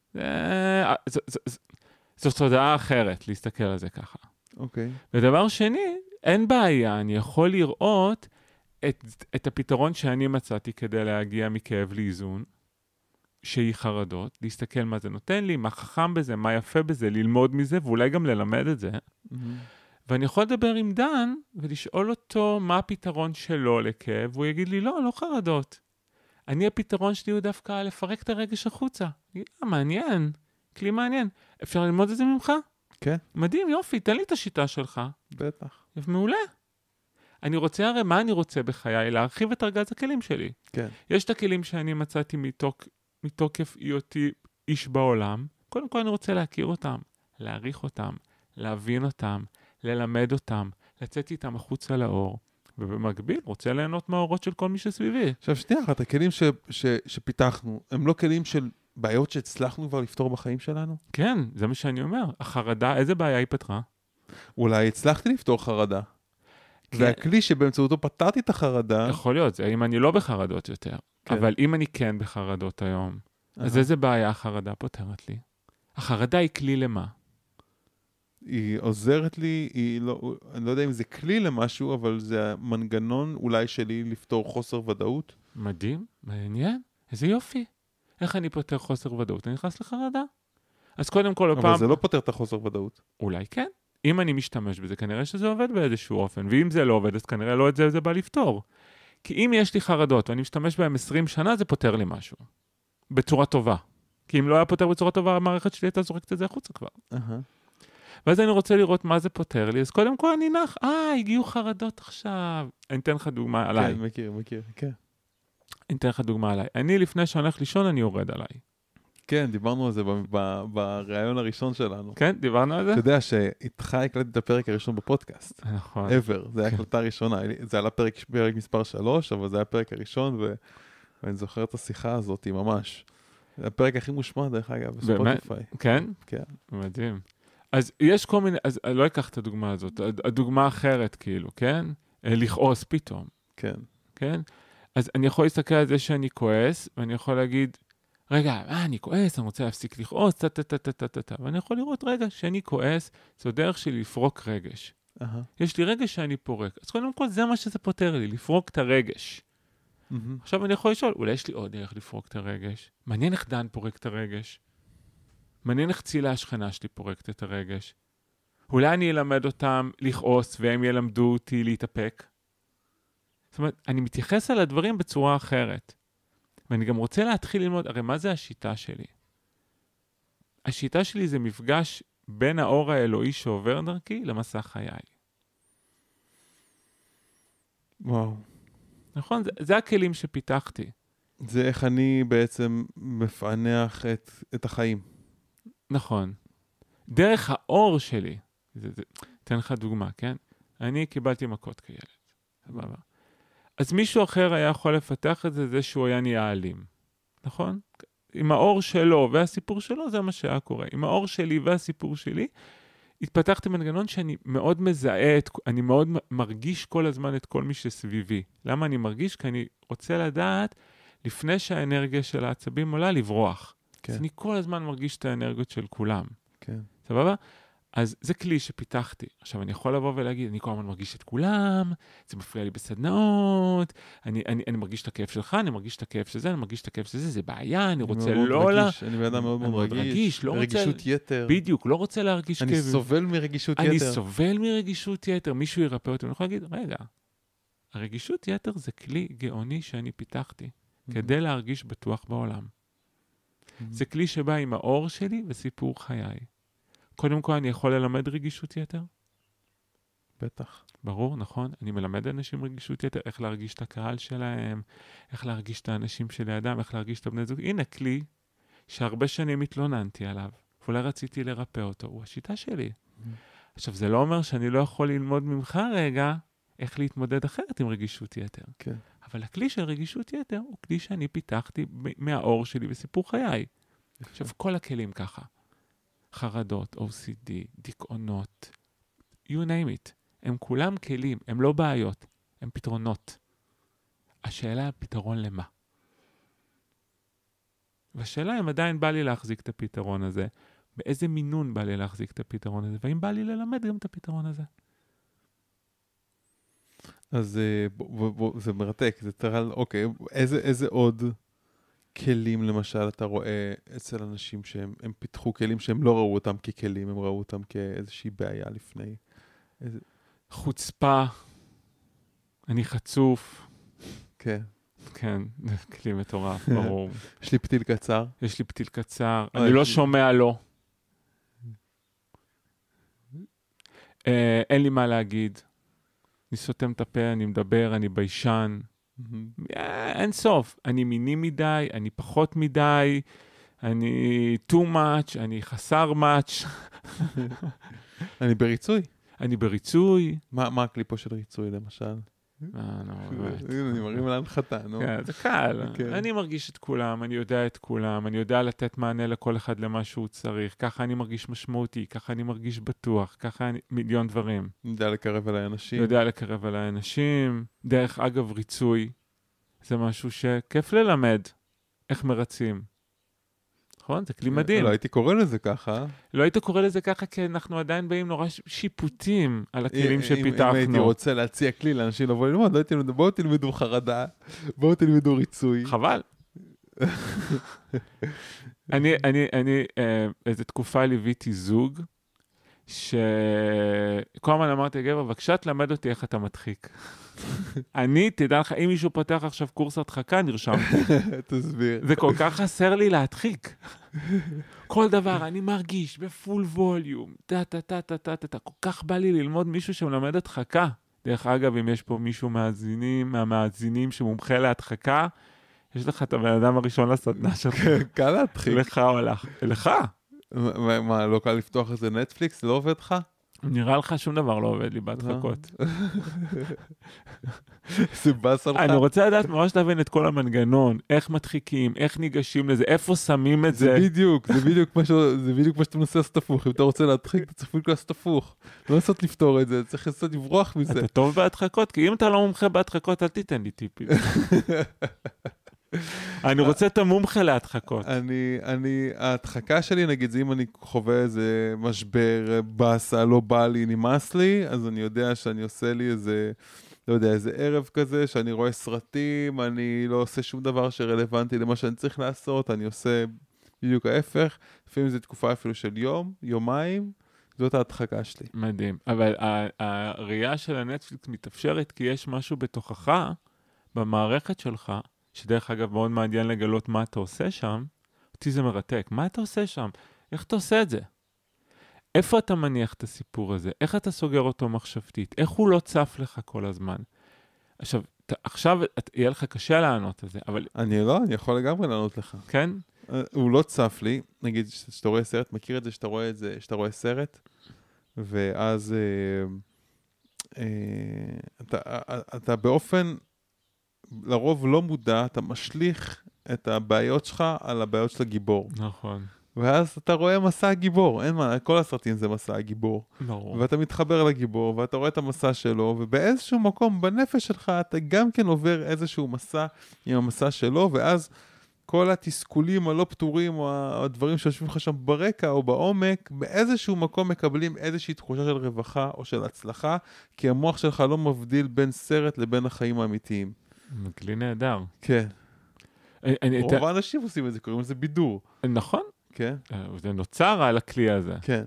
Speaker 1: זאת תודעה אחרת, להסתכל על זה ככה.
Speaker 2: אוקיי.
Speaker 1: ודבר שני, אין בעיה, אני יכול לראות את הפתרון שאני מצאתי כדי להגיע מכאב לאיזון, שהיא חרדות, להסתכל מה זה נותן לי, מה חכם בזה, מה יפה בזה, ללמוד מזה, ואולי גם ללמד את זה. ואני יכול לדבר עם דן, ולשאול אותו מה הפתרון שלו לכאב, והוא יגיד לי, לא חרדות. הפתרון שלי הוא דווקא לפרק את הרגש החוצה. מעניין, כלי מעניין. אפשר ללמוד את זה ממך?
Speaker 2: כן.
Speaker 1: מדהים, יופי, תן לי את השיטה שלך.
Speaker 2: בטח.
Speaker 1: מעולה. אני רוצה, הרי מה אני רוצה בחיי? להרחיב את ארגז הכלים שלי.
Speaker 2: כן.
Speaker 1: יש את הכלים שאני מצאתי מתוקף היותי איש בעולם. קודם כל אני רוצה להכיר אותם, להעריך אותם, להבין אותם, ללמד אותם, לצאת איתם החוצה לאור, ובמקביל רוצה ליהנות מהאורות של כל מי שסביבי.
Speaker 2: עכשיו שנייה אחת, הכלים שפיתחנו, הם לא כלים של בעיות שהצלחנו כבר לפתור בחיים שלנו?
Speaker 1: כן, זה מה שאני אומר. החרדה, איזה בעיה היא פתרה?
Speaker 2: אולי הצלחתי לפתור חרדה. והכלי שבאמצעותו פתרתי את החרדה...
Speaker 1: יכול להיות, זה אם אני לא בחרדות יותר. כן. אבל אם אני כן בחרדות היום, אז איזה בעיה החרדה פותרת לי? החרדה היא כלי למה?
Speaker 2: היא עוזרת לי, אני לא יודע אם זה כלי למשהו, אבל זה המנגנון אולי שלי לפתור חוסר ודאות.
Speaker 1: מדהים, מעניין, איזה יופי. איך אני פותר חוסר ודאות? אני נכנס לחרדה. אז קודם כל,
Speaker 2: אבל זה לא פותר את החוסר ודאות.
Speaker 1: אולי כן. אם אני משתמש בזה, כנראה שזה עובד באיזשהו אופן, ואם זה לא עובד, אז כנראה לא את זה בא לפתור. כי אם יש לי חרדות ואני משתמש בהם 20 שנה, זה פותר לי משהו. בצורה טובה. כי אם לא היה פותר בצורה טובה, המערכת שלי הייתה זורקת את זה החוצה כבר. ואז אני רוצה לראות מה זה פותר לי, אז קודם כל אני נח, הגיעו חרדות עכשיו. אני אתן לך דוגמה עליי.
Speaker 2: כן, מכיר, כן.
Speaker 1: אני אתן לך דוגמה עליי. אני לפני שאני הולך לישון, אני יורד עליי.
Speaker 2: כן, דיברנו על זה בראיון הראשון שלנו.
Speaker 1: כן, דיברנו על זה?
Speaker 2: אתה יודע שאיתך הקלטתי את הפרק הראשון בפודקאסט.
Speaker 1: נכון.
Speaker 2: ever, זה היה הקלטה ראשונה. זה עלה פרק מספר 3, אבל זה היה הפרק הראשון, ואני זוכר את השיחה הזאת ממש. זה הפרק הכי מושמע, דרך אגב, בספוטיפיי.
Speaker 1: כן?
Speaker 2: כן.
Speaker 1: מדהים. אז יש כל מיני, אז לא אקח את הדוגמה הזאת, הדוגמה אחרת כאילו, כן? לכעוס פתאום.
Speaker 2: כן.
Speaker 1: כן? אז אני יכול להסתכל על זה שאני כועס, ואני יכול להגיד, רגע, אני כועס, אני רוצה להפסיק לכעוס, ואני יכול לראות, רגע, שאני כועס, זו דרך שלי לפרוק רגש. יש לי רגש שאני פורק. אז קודם כל, זה מה שזה פותר לי, לפרוק את הרגש. עכשיו אני יכול לשאול, אולי יש לי עוד דרך לפרוק את הרגש? מעניין איך דן פורק את הרגש. מעניין איך צילה השכנה שלי פורקת את הרגש. אולי אני אלמד אותם לכעוס, והם ילמדו אותי להתאפק. זאת אומרת, אני מתייחס על הדברים בצורה אחרת. ואני גם רוצה להתחיל ללמוד, הרי מה זה השיטה שלי? השיטה שלי זה מפגש בין האור האלוהי שעובר דרכי למסע חיי.
Speaker 2: וואו.
Speaker 1: נכון? זה הכלים שפיתחתי.
Speaker 2: זה איך אני בעצם מפענח את החיים.
Speaker 1: נכון. דרך האור שלי, אתן לך דוגמה, כן? אני קיבלתי מכות כילד. סבבה. אז מישהו אחר היה יכול לפתח את זה שהוא היה נהיה אלים. נכון? עם האור שלו והסיפור שלו, זה מה שהיה קורה. עם האור שלי והסיפור שלי, התפתחתי מנגנון שאני מאוד מזהה, אני מאוד מרגיש כל הזמן את כל מי שסביבי. למה אני מרגיש? כי אני רוצה לדעת, לפני שהאנרגיה של העצבים עולה, לברוח.
Speaker 2: כן.
Speaker 1: אז אני כל הזמן מרגיש את האנרגיות של כולם.
Speaker 2: כן.
Speaker 1: סבבה? אז זה כלי שפיתחתי. עכשיו, אני יכול לבוא ולהגיד, אני כל הזמן מרגיש את כולם, זה מפריע לי בסדנאות, אני מרגיש את הכאב שלך, אני מרגיש את הכאב של זה, אני מרגיש את הכאב של זה, זה בעיה, אני רוצה לא
Speaker 2: אני בן אדם מאוד מאוד רגיש, רגישות יתר.
Speaker 1: בדיוק, לא רוצה להרגיש כאבים.
Speaker 2: אני סובל מרגישות יתר.
Speaker 1: אני סובל מרגישות יתר, מישהו ירפא אותי, אני יכול להגיד, רגע, הרגישות יתר זה כלי גאוני שאני פיתחתי, כדי להרגיש בטוח בעולם. זה כלי שבא עם האור שלי וסיפור חיי. קודם כל, אני יכול ללמד רגישות יתר?
Speaker 2: בטח.
Speaker 1: ברור, נכון? אני מלמד אנשים רגישות יתר, איך להרגיש את הקהל שלהם, איך להרגיש את האנשים שלידם, איך להרגיש את הבני זוג. הנה כלי שהרבה שנים התלוננתי עליו, ואולי רציתי לרפא אותו, הוא השיטה שלי. עכשיו, זה לא אומר שאני לא יכול ללמוד ממך רגע איך להתמודד אחרת עם רגישות יתר.
Speaker 2: כן.
Speaker 1: אבל הכלי של רגישות יתר הוא כלי שאני פיתחתי מהאור שלי וסיפור חיי. עכשיו, כל הכלים ככה. חרדות, OCD, דיכאונות, you name it. הם כולם כלים, הם לא בעיות, הם פתרונות. השאלה, הפתרון למה? והשאלה אם עדיין בא לי להחזיק את הפתרון הזה, באיזה מינון בא לי להחזיק את הפתרון הזה, והאם בא לי ללמד גם את הפתרון הזה.
Speaker 2: אז זה מרתק, זה תראה, אוקיי, איזה עוד כלים למשל אתה רואה אצל אנשים שהם פיתחו כלים שהם לא ראו אותם ככלים, הם ראו אותם כאיזושהי בעיה לפני.
Speaker 1: חוצפה, אני חצוף.
Speaker 2: כן.
Speaker 1: כן, זה כלי מטורף, ברור.
Speaker 2: יש לי פתיל קצר.
Speaker 1: יש לי פתיל קצר, אני לא שומע לו. אין לי מה להגיד. אני סותם את הפה, אני מדבר, אני ביישן. אין סוף. אני מיני מדי, אני פחות מדי, אני too much, אני חסר much.
Speaker 2: אני בריצוי.
Speaker 1: אני בריצוי.
Speaker 2: מה הקליפו של ריצוי למשל? אני מרים להנחתה, נו.
Speaker 1: זה קל. אני מרגיש את כולם, אני יודע את כולם, אני יודע לתת מענה לכל אחד למה שהוא צריך. ככה אני מרגיש משמעותי, ככה אני מרגיש בטוח, ככה מיליון דברים.
Speaker 2: יודע לקרב אליי אנשים.
Speaker 1: יודע לקרב אליי אנשים. דרך אגב, ריצוי, זה משהו שכיף ללמד. איך מרצים. נכון? זה כלי מדהים.
Speaker 2: לא הייתי קורא לזה ככה.
Speaker 1: לא היית קורא לזה ככה, כי אנחנו עדיין באים נורא שיפוטים על הכלים שפיתחנו.
Speaker 2: אם הייתי רוצה להציע כלי לאנשים לבוא ללמוד, בואו תלמדו חרדה, בואו תלמדו ריצוי.
Speaker 1: חבל. אני איזו תקופה ליוויתי זוג, שכל הזמן אמרתי, גבר, בבקשה תלמד אותי איך אתה מדחיק. אני, תדע לך, אם מישהו פותח עכשיו קורס הדחקה, נרשמתי.
Speaker 2: תסביר.
Speaker 1: זה כל כך חסר לי להדחיק. כל דבר, אני מרגיש בפול ווליום, כל כך בא לי ללמוד מישהו שמלמד הדחקה. דרך אגב, אם יש פה מישהו מהמאזינים שמומחה להדחקה, יש לך את הבן אדם הראשון לסדנה שלך.
Speaker 2: קל להדחיק.
Speaker 1: לך או לך. לך.
Speaker 2: מה, לא קל לפתוח איזה נטפליקס? לא עובד לך?
Speaker 1: נראה לך שום דבר לא עובד לי בהדחקות.
Speaker 2: זה באס עליך.
Speaker 1: אני רוצה לדעת ממש להבין את כל המנגנון, איך מדחיקים, איך ניגשים לזה, איפה שמים את זה.
Speaker 2: זה בדיוק מה שאתה מנסה לעשות הפוך. אם אתה רוצה להדחיק, אתה צריך לעשות הפוך. לא לנסות לפתור את זה, צריך לנסות לברוח מזה.
Speaker 1: אתה טוב בהדחקות, כי אם אתה לא מומחה בהדחקות, אל תיתן לי טיפים. אני רוצה את המומחה להדחקות.
Speaker 2: ההדחקה שלי, נגיד, זה אם אני חווה איזה משבר, בסה, לא בא לי, נמאס לי, אז אני יודע שאני עושה לי איזה, לא יודע, איזה ערב כזה, שאני רואה סרטים, אני לא עושה שום דבר שרלוונטי למה שאני צריך לעשות, אני עושה בדיוק ההפך, לפעמים זו תקופה אפילו של יום, יומיים, זאת ההדחקה שלי.
Speaker 1: מדהים, אבל הראייה של הנטפליקס מתאפשרת, כי יש משהו בתוכך, במערכת שלך, שדרך אגב מאוד מעניין לגלות מה אתה עושה שם, אותי זה מרתק. מה אתה עושה שם? איך אתה עושה את זה? איפה אתה מניח את הסיפור הזה? איך אתה סוגר אותו מחשבתית? איך הוא לא צף לך כל הזמן? עכשיו יהיה לך קשה לענות על זה, אבל...
Speaker 2: אני יכול לגמרי לענות לך.
Speaker 1: כן?
Speaker 2: הוא לא צף לי, נגיד שאתה רואה סרט, מכיר את זה שאתה רואה סרט, ואז אתה באופן... לרוב לא מודע, אתה משליך את הבעיות שלך על הבעיות של הגיבור.
Speaker 1: נכון.
Speaker 2: ואז אתה רואה מסע הגיבור, אין מה, כל הסרטים זה מסע הגיבור.
Speaker 1: ברור.
Speaker 2: ואתה מתחבר לגיבור, ואתה רואה את המסע שלו, ובאיזשהו מקום בנפש שלך אתה גם כן עובר איזשהו מסע עם המסע שלו, ואז כל התסכולים הלא פתורים, או הדברים שיושבים לך שם ברקע או בעומק, באיזשהו מקום מקבלים איזושהי תחושה של רווחה או של הצלחה, כי המוח שלך לא מבדיל בין סרט לבין החיים האמיתיים.
Speaker 1: כלי נהדר.
Speaker 2: כן. רוב האנשים עושים את זה, קוראים לזה בידור.
Speaker 1: נכון.
Speaker 2: כן.
Speaker 1: זה נוצר על הכלי הזה.
Speaker 2: כן.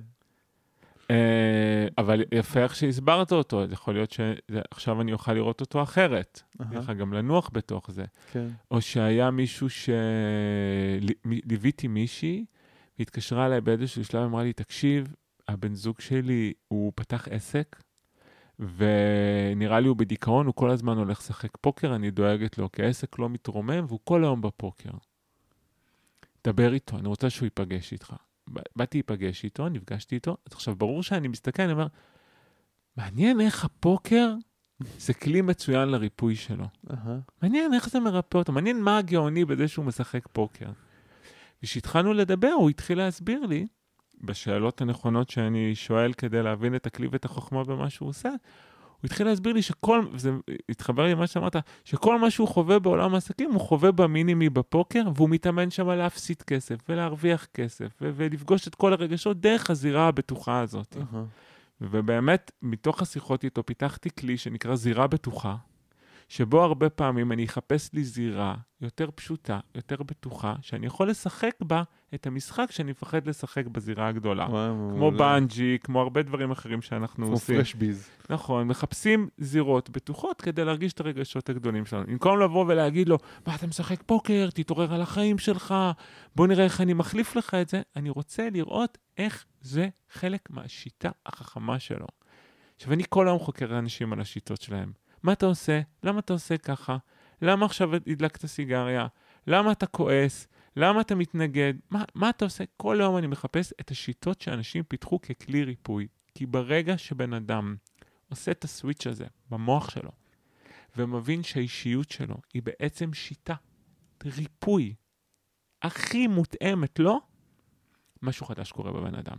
Speaker 1: אבל יפה איך שהסברת אותו, יכול להיות שעכשיו אני אוכל לראות אותו אחרת. אני יכול גם לנוח בתוך זה.
Speaker 2: כן.
Speaker 1: או שהיה מישהו ליוויתי מישהי, והתקשרה אליי באיזשהו שלב, אמרה לי, תקשיב, הבן זוג שלי, הוא פתח עסק, ונראה לי הוא בדיכאון, הוא כל הזמן הולך לשחק פוקר, אני דואגת לו, כי העסק לא מתרומם, והוא כל היום בפוקר. דבר איתו, אני רוצה שהוא ייפגש איתך. באתי להיפגש איתו, נפגשתי איתו, אז עכשיו ברור שאני מסתכל, אני אומר, מעניין איך הפוקר זה כלי מצוין לריפוי שלו. מעניין איך זה מרפא אותו, מעניין מה הגאוני בזה שהוא משחק פוקר. וכשהתחלנו לדבר, הוא התחיל להסביר לי, בשאלות הנכונות שאני שואל כדי להבין את הכלי ואת החוכמה במה שהוא עושה, הוא התחיל להסביר לי וזה התחבר לי למה שאמרת, שכל מה שהוא חווה בעולם העסקים, הוא חווה במינימי בפוקר, והוא מתאמן שם להפסיד כסף, ולהרוויח כסף, ולפגוש את כל הרגשות דרך הזירה הבטוחה הזאת. ובאמת, מתוך השיחות איתו, פיתחתי כלי שנקרא זירה בטוחה, שבו הרבה פעמים אני אחפש לי זירה יותר פשוטה, יותר בטוחה, שאני יכול לשחק בה את המשחק שאני מפחד לשחק בזירה הגדולה. כמו בנג'י, כמו הרבה דברים אחרים שאנחנו עושים.
Speaker 2: כמו פרשביז.
Speaker 1: נכון, מחפשים זירות בטוחות כדי להרגיש את הרגשות הגדולים שלנו. במקום לבוא ולהגיד לו, מה אתה משחק פוקר, תתעורר על החיים שלך, בוא נראה איך אני מחליף לך את זה, אני רוצה לראות איך זה חלק מהשיטה החכמה שלו. עכשיו, אני כל היום חוקר אנשים על השיטות שלהם. מה אתה עושה? למה אתה עושה ככה? למה עכשיו הדלקת סיגריה? למה אתה כועס? למה אתה מתנגד? מה אתה עושה? כל יום אני מחפש את השיטות שאנשים פיתחו ככלי ריפוי. כי ברגע שבן אדם עושה את הסוויץ' הזה במוח שלו, ומבין שהאישיות שלו היא בעצם שיטה, ריפוי, הכי מותאמת לו, משהו חדש קורה בבן אדם.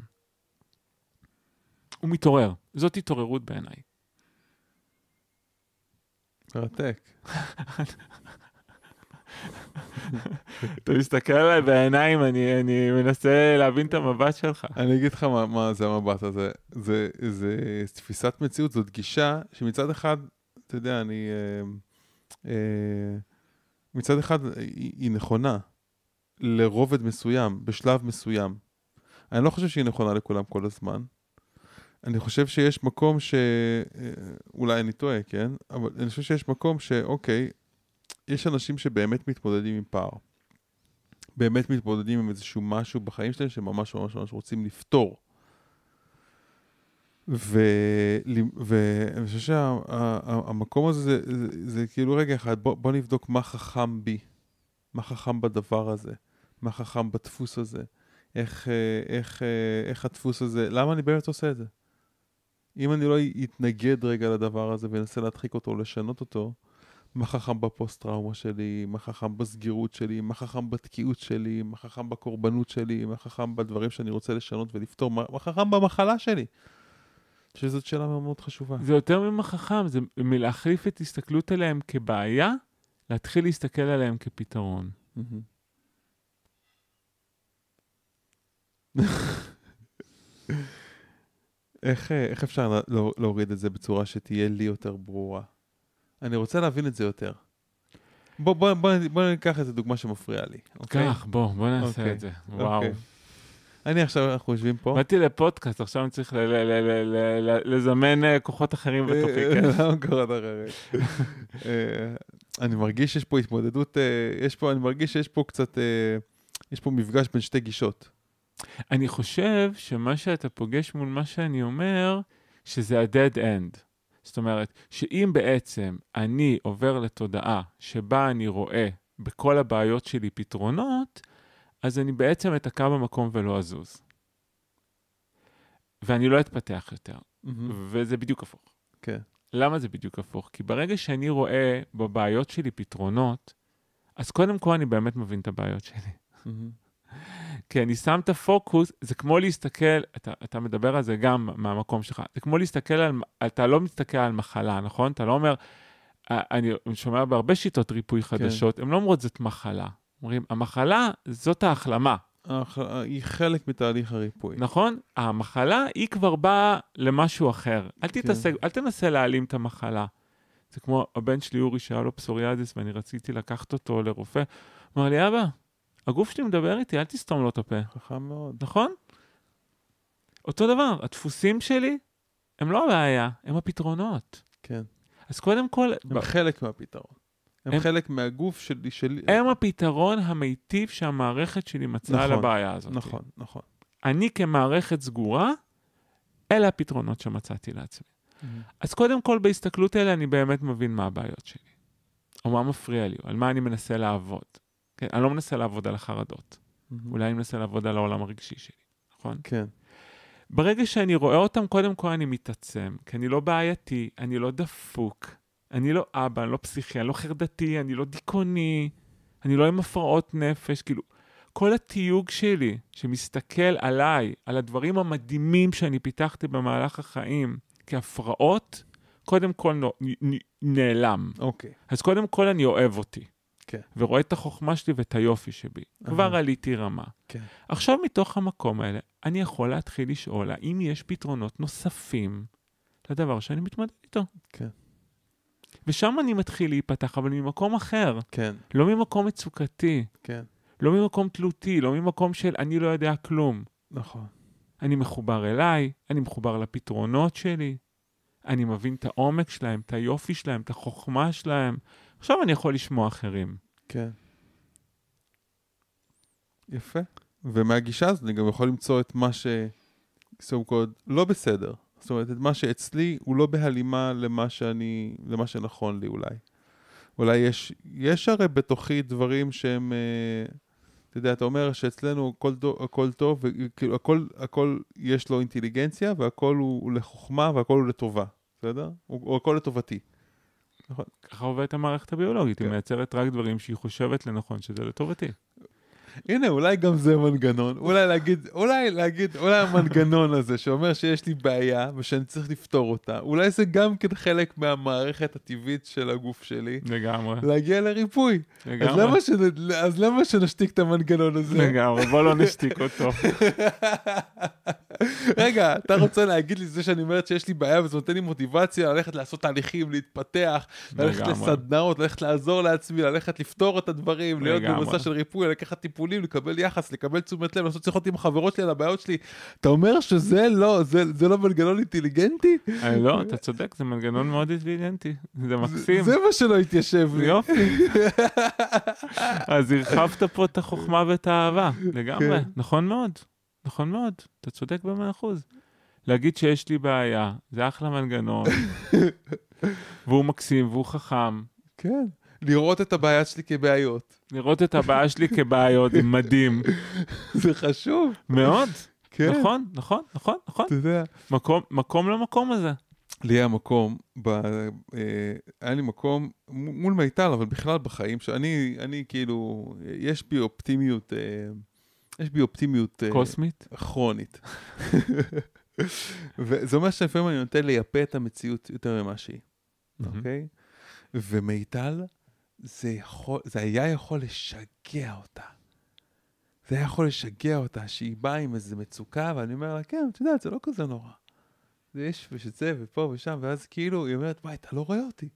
Speaker 1: הוא מתעורר. זאת התעוררות בעיניי.
Speaker 2: מרתק.
Speaker 1: אתה מסתכל עליי בעיניים, אני מנסה להבין את המבט שלך.
Speaker 2: אני אגיד לך מה זה המבט הזה. זה תפיסת מציאות, זאת גישה שמצד אחד, אתה יודע, מצד אחד היא נכונה לרובד מסוים, בשלב מסוים. אני לא חושב שהיא נכונה לכולם כל הזמן. אני חושב שיש מקום אולי אני טועה, כן? אבל אני חושב שיש מקום שאוקיי, יש אנשים שבאמת מתמודדים עם פער. באמת מתמודדים עם איזשהו משהו בחיים שלהם שממש ממש ממש רוצים לפתור. ואני חושב שהמקום הזה זה כאילו רגע אחד, בוא נבדוק מה חכם בי, מה חכם בדבר הזה, מה חכם בדפוס הזה, איך הדפוס הזה, למה אני באמת עושה את זה? אם אני לא אתנגד רגע לדבר הזה ואנסה להדחיק אותו או לשנות אותו, מה חכם בפוסט-טראומה שלי, מה חכם בסגירות שלי, מה חכם בתקיעות שלי, מה חכם בקורבנות שלי, מה חכם בדברים שאני רוצה לשנות ולפתור, מה חכם במחלה שלי. שזאת שאלה מאוד מאוד חשובה.
Speaker 1: זה יותר ממה חכם, זה מלהחליף את הסתכלות עליהם כבעיה, להתחיל להסתכל עליהם כפתרון.
Speaker 2: איך אפשר להוריד את זה בצורה שתהיה לי יותר ברורה? אני רוצה להבין את זה יותר. בוא ניקח איזה דוגמה שמפריעה לי.
Speaker 1: כך, בוא נעשה את זה. וואו.
Speaker 2: אני עכשיו, אנחנו יושבים פה.
Speaker 1: באתי לפודקאסט, עכשיו אני צריך לזמן כוחות אחרים בתוכי.
Speaker 2: למה כוחות אחרים? אני מרגיש שיש פה התמודדות, אני מרגיש שיש פה קצת, יש פה מפגש בין שתי גישות.
Speaker 1: אני חושב שמה שאתה פוגש מול מה שאני אומר, שזה ה-dead end. זאת אומרת, שאם בעצם אני עובר לתודעה שבה אני רואה בכל הבעיות שלי פתרונות, אז אני בעצם אתקע במקום ולא אזוז. ואני לא אתפתח יותר. וזה בדיוק הפוך.
Speaker 2: כן.
Speaker 1: למה זה בדיוק הפוך? כי ברגע שאני רואה בבעיות שלי פתרונות, אז קודם כל אני באמת מבין את הבעיות שלי. כי אני שם את הפוקוס, זה כמו להסתכל, אתה מדבר על זה גם מהמקום שלך, זה כמו להסתכל אתה לא מסתכל על מחלה, נכון? אתה לא אומר, אני שומע בהרבה שיטות ריפוי חדשות, הם לא אומרות זאת מחלה. אומרים, המחלה זאת ההחלמה.
Speaker 2: היא חלק מתהליך הריפוי.
Speaker 1: נכון? המחלה היא כבר באה למשהו אחר. אל תנסה להעלים את המחלה. זה כמו הבן שלי אורי שהיה לו פסוריאזיס, ואני רציתי לקחת אותו לרופא. הוא אמר לי, אבא, הגוף שלי מדבר איתי, אל תסתום לו את הפה.
Speaker 2: חכם מאוד.
Speaker 1: נכון? אותו דבר, הדפוסים שלי הם לא הבעיה, הם הפתרונות.
Speaker 2: כן.
Speaker 1: אז קודם כל...
Speaker 2: הם חלק מהפתרון. הם חלק מהגוף שלי.
Speaker 1: הם הפתרון המיטיב שהמערכת שלי מצאה על הבעיה הזאת.
Speaker 2: נכון, נכון.
Speaker 1: אני כמערכת סגורה, אלה הפתרונות שמצאתי לעצמי. אז קודם כל בהסתכלות האלה אני באמת מבין מה הבעיות שלי. או מה מפריע לי, או על מה אני מנסה לעבוד. כן, אני לא מנסה לעבוד על החרדות. אולי אני מנסה לעבוד על העולם הרגשי שלי, נכון?
Speaker 2: כן.
Speaker 1: ברגע שאני רואה אותם, קודם כל אני מתעצם, כי אני לא בעייתי, אני לא דפוק, אני לא אבא, אני לא פסיכי, אני לא חרדתי, אני לא דיכאוני, אני לא עם הפרעות נפש, כאילו, כל התיוג שלי שמסתכל עליי, על הדברים המדהימים שאני פיתחתי במהלך החיים, כהפרעות, קודם כל נעלם.
Speaker 2: אוקיי.
Speaker 1: אז קודם כל אני אוהב אותי.
Speaker 2: כן.
Speaker 1: ורואה את החוכמה שלי ואת היופי שבי. כבר עליתי רמה.
Speaker 2: כן.
Speaker 1: עכשיו מתוך המקום האלה, אני יכול להתחיל לשאול, האם יש פתרונות נוספים לדבר שאני מתמודד איתו.
Speaker 2: כן.
Speaker 1: ושם אני מתחיל להיפתח, אבל ממקום אחר.
Speaker 2: כן.
Speaker 1: לא ממקום מצוקתי.
Speaker 2: כן.
Speaker 1: לא ממקום תלותי, לא ממקום של אני לא יודע כלום.
Speaker 2: נכון.
Speaker 1: אני מחובר אליי, אני מחובר לפתרונות שלי, אני מבין את העומק שלהם, את היופי שלהם, את החוכמה שלהם. עכשיו אני יכול לשמוע אחרים.
Speaker 2: כן. יפה. ומהגישה הזאת אני גם יכול למצוא את מה לא בסדר. זאת אומרת, את מה שאצלי הוא לא בהלימה למה שנכון לי אולי. אולי יש הרי בתוכי דברים שהם, אתה יודע, אתה אומר שאצלנו הכל טוב, וכאילו הכל יש לו אינטליגנציה, והכל הוא לחוכמה, והכל הוא לטובה. בסדר? או הכל לטובתי. נכון.
Speaker 1: ככה עובדת המערכת הביולוגית, היא מייצרת רק דברים שהיא חושבת לנכון שזה לטובתי.
Speaker 2: הנה, אולי גם זה מנגנון, אולי המנגנון הזה שאומר שיש לי בעיה ושאני צריך לפתור אותה, אולי זה גם כן חלק מהמערכת הטבעית של הגוף שלי.
Speaker 1: לגמרי.
Speaker 2: להגיע לריפוי.
Speaker 1: לגמרי.
Speaker 2: אז למה שנשתיק את המנגנון הזה?
Speaker 1: לגמרי, בוא לא נשתיק אותו.
Speaker 2: רגע, אתה רוצה להגיד לי זה שאני אומרת שיש לי בעיה וזה נותן לי מוטיבציה ללכת לעשות תהליכים, להתפתח, ללכת לסדנאות, ללכת לעזור לעצמי, ללכת לפתור את הדברים, להיות במסע של ריפוי, לקחת טיפולים, לקבל יחס, לקבל תשומת לב, לעשות שיחות עם החברות שלי על הבעיות שלי. אתה אומר שזה לא מנגנון אינטליגנטי?
Speaker 1: לא, אתה צודק, זה מנגנון מאוד אינטליגנטי. זה מקסים.
Speaker 2: זה מה שלא התיישב לי.
Speaker 1: יופי. אז הרחבת פה את החוכמה ואת האהבה. לגמרי. נכון מאוד. נכון מאוד. אתה צודק ב100%. להגיד שיש לי בעיה, זה אחלה מנגנון. והוא מקסים, והוא חכם.
Speaker 2: כן. לראות את הבעיה שלי כבעיות.
Speaker 1: לראות את הבעיה שלי כבעיות, עם מדהים.
Speaker 2: זה חשוב.
Speaker 1: מאוד.
Speaker 2: כן.
Speaker 1: נכון.
Speaker 2: אתה יודע.
Speaker 1: מקום למקום הזה.
Speaker 2: לי היה מקום, היה לי מקום מול מיטל, אבל בכלל בחיים, שאני כאילו, יש בי אופטימיות
Speaker 1: קוסמית?
Speaker 2: כרונית. וזה אומר שלפעמים אני נותן לייפה את המציאות יותר ממה שהיא. אוקיי? ומיטל, זה היה יכול לשגע אותה. זה היה יכול לשגע אותה, שהיא באה עם איזו מצוקה, ואני אומר לה, כן, אתה יודע, זה לא כזה נורא. זה יש ושזה, ופה ושם, ואז כאילו, היא אומרת, וואי, אתה לא רואה אותי.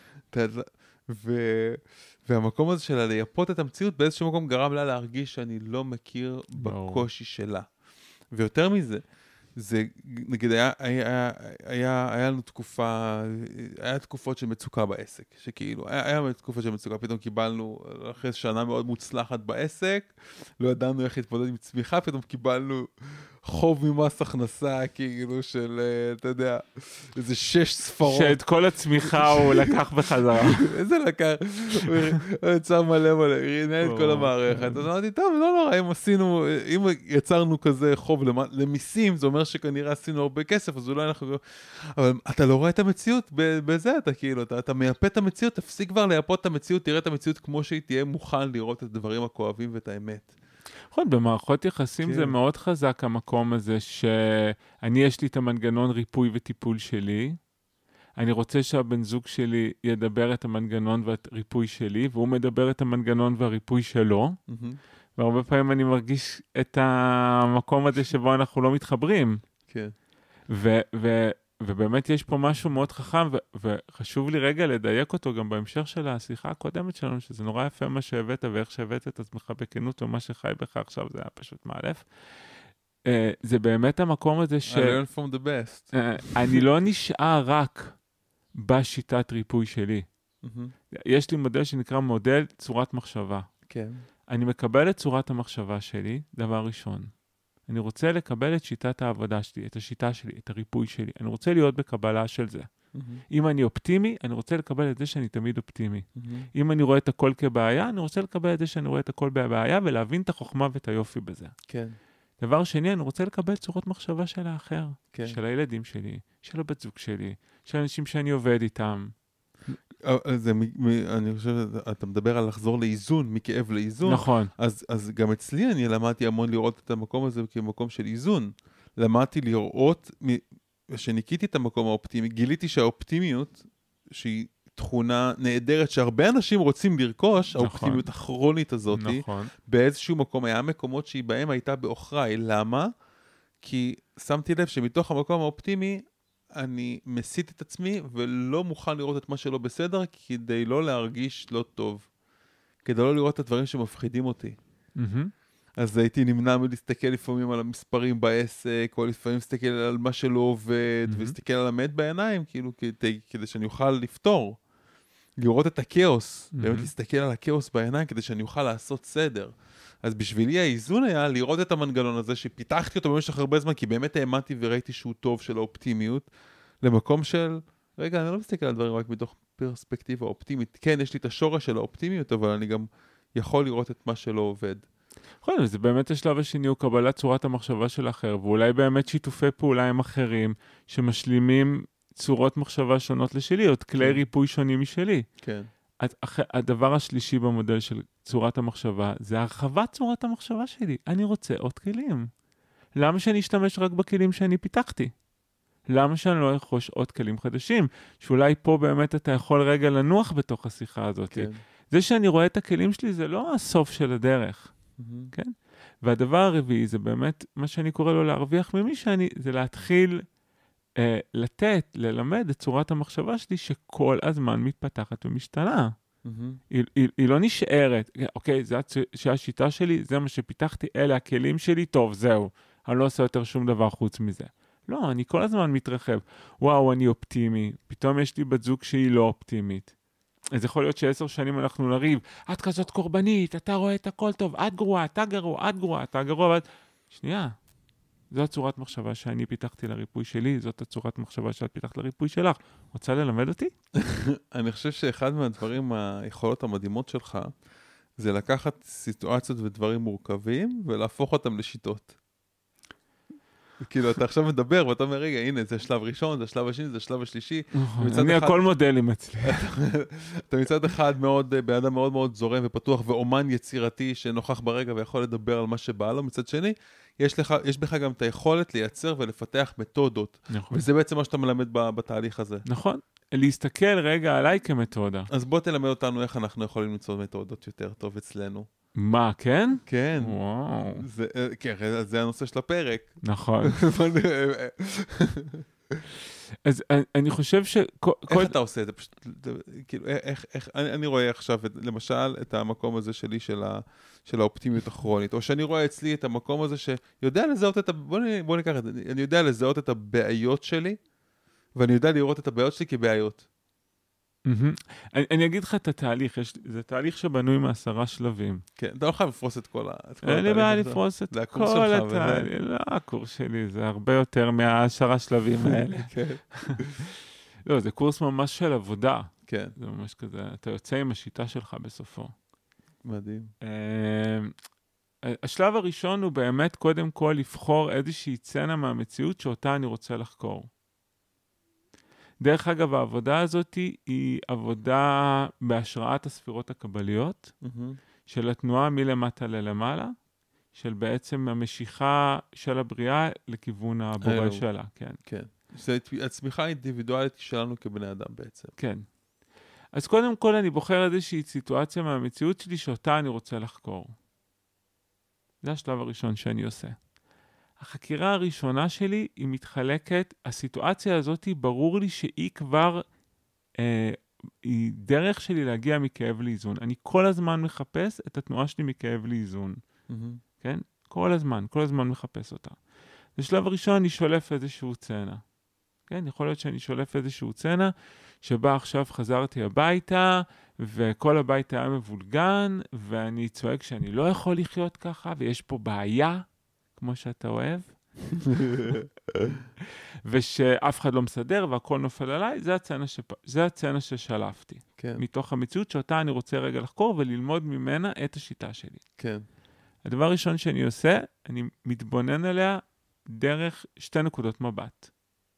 Speaker 2: והמקום הזה שלה לייפות את המציאות, באיזשהו מקום גרם לה להרגיש שאני לא מכיר בקושי שלה. ויותר מזה, זה, נגיד, היה לנו היה תקופות של מצוקה בעסק, שכאילו, היה תקופות של מצוקה, פתאום קיבלנו, אחרי שנה מאוד מוצלחת בעסק, לא ידענו איך להתמודד עם צמיחה, פתאום קיבלנו חוב ממס הכנסה, כאילו של, אתה יודע, איזה 6 ספרות.
Speaker 1: שאת כל הצמיחה הוא לקח בחזרה.
Speaker 2: איזה לקח? הוא יצר מלא, ינהל את כל המערכת. אז אמרתי, טוב, לא נורא, אם יצרנו כזה חוב למיסים, זה אומר שכנראה עשינו הרבה כסף, אז אולי אנחנו... אבל אתה לא רואה את המציאות בזה, אתה כאילו, אתה מייפה את המציאות, תפסיק כבר לייפות את המציאות, תראה את המציאות כמו שהיא תהיה מוכן לראות את הדברים הכואבים ואת האמת.
Speaker 1: נכון, במערכות יחסים זה מאוד חזק המקום הזה שאני יש לי את המנגנון ריפוי וטיפול שלי, אני רוצה שהבן זוג שלי ידבר את המנגנון והריפוי שלי, והוא מדבר את המנגנון והריפוי שלו, והרבה פעמים אני מרגיש את המקום הזה שבו אנחנו לא מתחברים.
Speaker 2: כן.
Speaker 1: ובאמת יש פה משהו מאוד חכם, וחשוב לי רגע לדייק אותו גם בהמשך של השיחה הקודמת שלנו, שזה נורא יפה מה שהבאת, ואיך שהבאת את עצמך בכנות, ומה שחי בך עכשיו זה היה פשוט מאלף. זה באמת המקום הזה
Speaker 2: I learn from the best.
Speaker 1: אני לא נשאר רק בשיטת ריפוי שלי. יש לי מודל שנקרא מודל צורת מחשבה.
Speaker 2: כן.
Speaker 1: אני מקבל את צורת המחשבה שלי, דבר ראשון. אני רוצה לקבל את שיטת העבודה שלי, את השיטה שלי, את הריפוי שלי. אני רוצה להיות בקבלה של זה. אם אני אופטימי, אני רוצה לקבל את זה שאני תמיד אופטימי. אם אני רואה את הכל כבעיה, אני רוצה לקבל את זה שאני רואה את הכל בבעיה, ולהבין את החוכמה ואת היופי בזה.
Speaker 2: כן.
Speaker 1: דבר שני, אני רוצה לקבל צורות מחשבה של האחר.
Speaker 2: כן.
Speaker 1: של הילדים שלי, של הבת זוג שלי, של אנשים שאני עובד איתם.
Speaker 2: אני חושב, אתה מדבר על לחזור לאיזון, מכאב לאיזון.
Speaker 1: נכון.
Speaker 2: אז גם אצלי אני למדתי המון לראות את המקום הזה כמקום של איזון. למדתי לראות, כשניקיתי את המקום האופטימי, גיליתי שהאופטימיות, שהיא תכונה נהדרת, שהרבה אנשים רוצים לרכוש,
Speaker 1: נכון.
Speaker 2: האופטימיות הכרונית הזאת,
Speaker 1: נכון.
Speaker 2: באיזשהו מקום, היה מקומות שהיא בהם הייתה באוכריי. למה? כי שמתי לב שמתוך המקום האופטימי, אני מסית את עצמי ולא מוכן לראות את מה שלא בסדר, כדי לא להרגיש לא טוב. כדי לא לראות את הדברים שמפחידים אותי. אז הייתי נמנע מלהסתכל לפעמים על המספרים בעסק, או לפעמים להסתכל על מה שלא עובד, ולהסתכל על האמת בעיניים, כאילו, כדי שאני אוכל לפתור. לראות את הכאוס, באמת להסתכל על הכאוס בעיניים, כדי שאני אוכל לעשות סדר. אז בשבילי האיזון היה לראות את המנגנון הזה, שפיתחתי אותו במשך הרבה זמן, כי באמת האמנתי וראיתי שהוא טוב של האופטימיות, למקום של, רגע, אני לא מסתכל על דברים רק מתוך פרספקטיבה אופטימית. כן, יש לי את השורש של האופטימיות, אבל אני גם יכול לראות את מה שלא עובד.
Speaker 1: נכון, זה באמת השלב השני, הוא קבלת צורת המחשבה של האחר, ואולי באמת שיתופי פעולה עם אחרים, שמשלימים צורות מחשבה שונות לשלי, או כלי ריפוי שונים משלי.
Speaker 2: כן.
Speaker 1: הדבר השלישי במודל של צורת המחשבה, זה הרחבת צורת המחשבה שלי. אני רוצה עוד כלים. למה שאני אשתמש רק בכלים שאני פיתחתי? למה שאני לא ארכוש עוד כלים חדשים? שאולי פה באמת אתה יכול רגע לנוח בתוך השיחה הזאת.
Speaker 2: כן.
Speaker 1: זה שאני רואה את הכלים שלי, זה לא הסוף של הדרך. כן? והדבר הרביעי, זה באמת, מה שאני קורא לו להרוויח ממי שאני, זה להתחיל ללמד את צורת המחשבה שלי שכל הזמן מתפתחת ומשתנה. היא לא נשארת, אוקיי, זה שהשיטה שלי, זה מה שפיתחתי, אלה הכלים שלי, טוב, זהו, אני לא עושה יותר שום דבר חוץ מזה. לא, אני כל הזמן מתרחב. וואו, אני אופטימי, פתאום יש לי בת זוג שהיא לא אופטימית. אז יכול להיות ש10 שנים אנחנו נריב, את כזאת קורבנית, אתה רואה את הכל טוב, את גרוע, אתה גרוע, את גרוע, אתה גרוע, שנייה. זו הצורת מחשבה שאני פיתחתי לריפוי שלי, זאת הצורת מחשבה שאת פיתחת לריפוי שלך. רוצה ללמד אותי?
Speaker 2: אני חושב שאחד מהדברים, היכולות המדהימות שלך, זה לקחת סיטואציות ודברים מורכבים, ולהפוך אותם לשיטות. כאילו, אתה עכשיו מדבר, ואתה אומר, רגע, הנה, זה שלב ראשון, זה שלב השני, זה שלב השלישי.
Speaker 1: אני הכל מודלים אצלי.
Speaker 2: אתה מצד אחד באדם מאוד מאוד זורם ופתוח, ואומן יצירתי שנוכח ברגע ויכול לדבר על מה שבא לו. מצד שני, יש בך גם את היכולת לייצר ולפתח מתודות. וזה בעצם מה שאתה מלמד בתהליך הזה.
Speaker 1: נכון. להסתכל רגע עליי כמתודה.
Speaker 2: אז בוא תלמד אותנו איך אנחנו יכולים למצוא מתודות יותר טוב אצלנו.
Speaker 1: מה, כן?
Speaker 2: כן.
Speaker 1: וואו.
Speaker 2: כן, זה הנושא של הפרק.
Speaker 1: נכון. אז אני חושב ש...
Speaker 2: איך אתה עושה את זה? כאילו, אני רואה עכשיו, למשל, את המקום הזה שלי של האופטימיות הכרונית, או שאני רואה אצלי את המקום הזה שיודע לזהות את בוא ניקח את זה, אני יודע לזהות את הבעיות שלי, ואני יודע לראות את הבעיות שלי כבעיות.
Speaker 1: אני אגיד לך את התהליך, זה תהליך שבנוי מ10 שלבים.
Speaker 2: כן, אתה לא חייב לפרוס את כל התהליך.
Speaker 1: אין לי בעיה לפרוס את
Speaker 2: זה הקורס
Speaker 1: כל
Speaker 2: שלך,
Speaker 1: התהליך. לא, הקורס שלי זה הרבה יותר מה10 שלבים האלה.
Speaker 2: כן.
Speaker 1: לא, זה קורס ממש של עבודה.
Speaker 2: כן.
Speaker 1: זה ממש כזה, אתה יוצא עם השיטה שלך בסופו.
Speaker 2: מדהים.
Speaker 1: השלב הראשון הוא באמת קודם כל לבחור איזושהי סצנה מהמציאות שאותה אני רוצה לחקור. דרך אגב, העבודה הזאת היא עבודה בהשראת הספירות הקבליות, של התנועה מלמטה ללמעלה, של בעצם המשיכה של הבריאה לכיוון הבורא שלה. כן.
Speaker 2: כן. זה הצמיחה האינדיבידואלית שלנו כבני אדם בעצם.
Speaker 1: כן. אז קודם כל אני בוחר איזושהי סיטואציה מהמציאות שלי שאותה אני רוצה לחקור. זה השלב הראשון שאני עושה. החקירה הראשונה שלי היא מתחלקת, הסיטואציה הזאת ברור לי שהיא כבר, היא דרך שלי להגיע מכאב לאיזון. אני כל הזמן מחפש את התנועה שלי מכאב לאיזון. כן? כל הזמן מחפש אותה. בשלב הראשון אני שולף איזשהו צנע. כן? יכול להיות שאני שולף איזשהו צנע, שבה עכשיו חזרתי הביתה, וכל הבית היה מבולגן, ואני צועק שאני לא יכול לחיות ככה, ויש פה בעיה, כמו שאתה אוהב, ושאף אחד לא מסדר, והכל נופל עליי, זה הצנע ששלפתי.
Speaker 2: כן.
Speaker 1: מתוך המציאות שאותה אני רוצה רגע לחקור, וללמוד ממנה את השיטה שלי.
Speaker 2: כן.
Speaker 1: הדבר הראשון שאני עושה, אני מתבונן עליה דרך 2 נקודות מבט.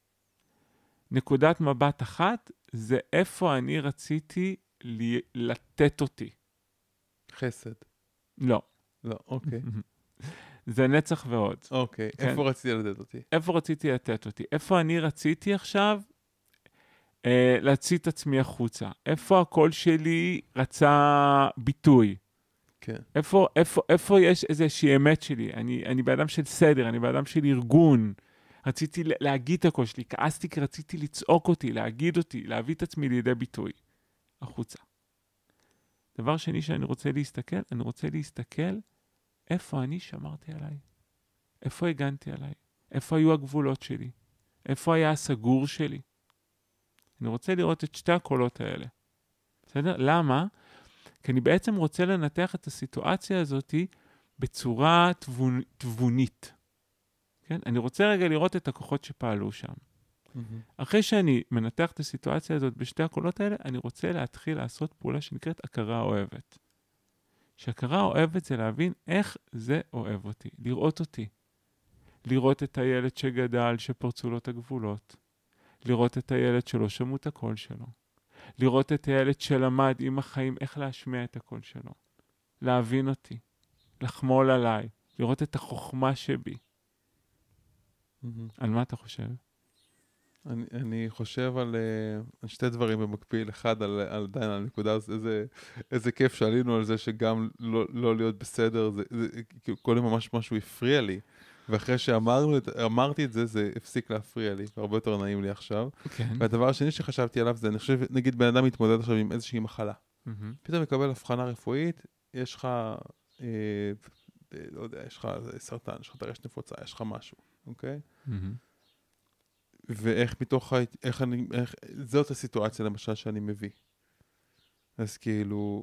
Speaker 1: נקודת מבט אחת, זה איפה אני רציתי לתת אותי.
Speaker 2: חסד.
Speaker 1: לא.
Speaker 2: לא, אוקיי.
Speaker 1: זה נצח ועוד.
Speaker 2: אוקיי, כן. איפה רציתי לתת אותי?
Speaker 1: איפה רציתי לתת אותי? איפה אני רציתי עכשיו להוציא את עצמי החוצה? איפה הקול שלי רצה ביטוי?
Speaker 2: כן.
Speaker 1: איפה יש איזושהי אמת שלי? אני באדם של סדר, אני באדם של ארגון. רציתי להגיד את הקול שלי, כעסתי כי רציתי לצעוק אותי, להגיד אותי, להביא את עצמי לידי ביטוי. החוצה. דבר שני שאני רוצה להסתכל, אני רוצה להסתכל איפה אני שמרתי עליי. איפה הגנתי עליי? איפה היו הגבולות שלי? איפה היה הסגור שלי? אני רוצה לראות את 2 הקולות האלה. בסדר? למה? כי אני בעצם רוצה לנתח את הסיטואציה הזאת בצורה תבונית. כן? אני רוצה רגע לראות את הכוחות שפעלו שם. אחרי שאני מנתח את הסיטואציה הזאת ב2 הקולות האלה, אני רוצה להתחיל לעשות פעולה שנקראת הכרה אוהבת. שהכרה אוהבת זה להבין איך זה אוהב אותי, לראות אותי. לראות את הילד שגדל, שפרצו לו את הגבולות. לראות את הילד שלא שמעו את הקול שלו. לראות את הילד שלמד עם החיים איך להשמיע את הקול שלו. להבין אותי. לחמול עליי. לראות את החוכמה שבי. על מה אתה חושב?
Speaker 2: אני חושב על 2 דברים במקביל. אחד, על דיין, על הנקודה, איזה כיף שעלינו על זה שגם לא להיות בסדר, זה קודם ממש משהו הפריע לי. ואחרי שאמרתי את זה, זה הפסיק להפריע לי, והרבה יותר נעים לי עכשיו.
Speaker 1: כן.
Speaker 2: והדבר השני שחשבתי עליו זה, אני חושב, נגיד בן אדם מתמודד עכשיו עם איזושהי מחלה. פתאום מקבל הבחנה רפואית, יש לך, לא יודע, יש לך סרטן, יש לך טרשת נפוצה, יש לך משהו, אוקיי? ואיך מתוך, זאת הסיטואציה למשל שאני מביא. אז כאילו,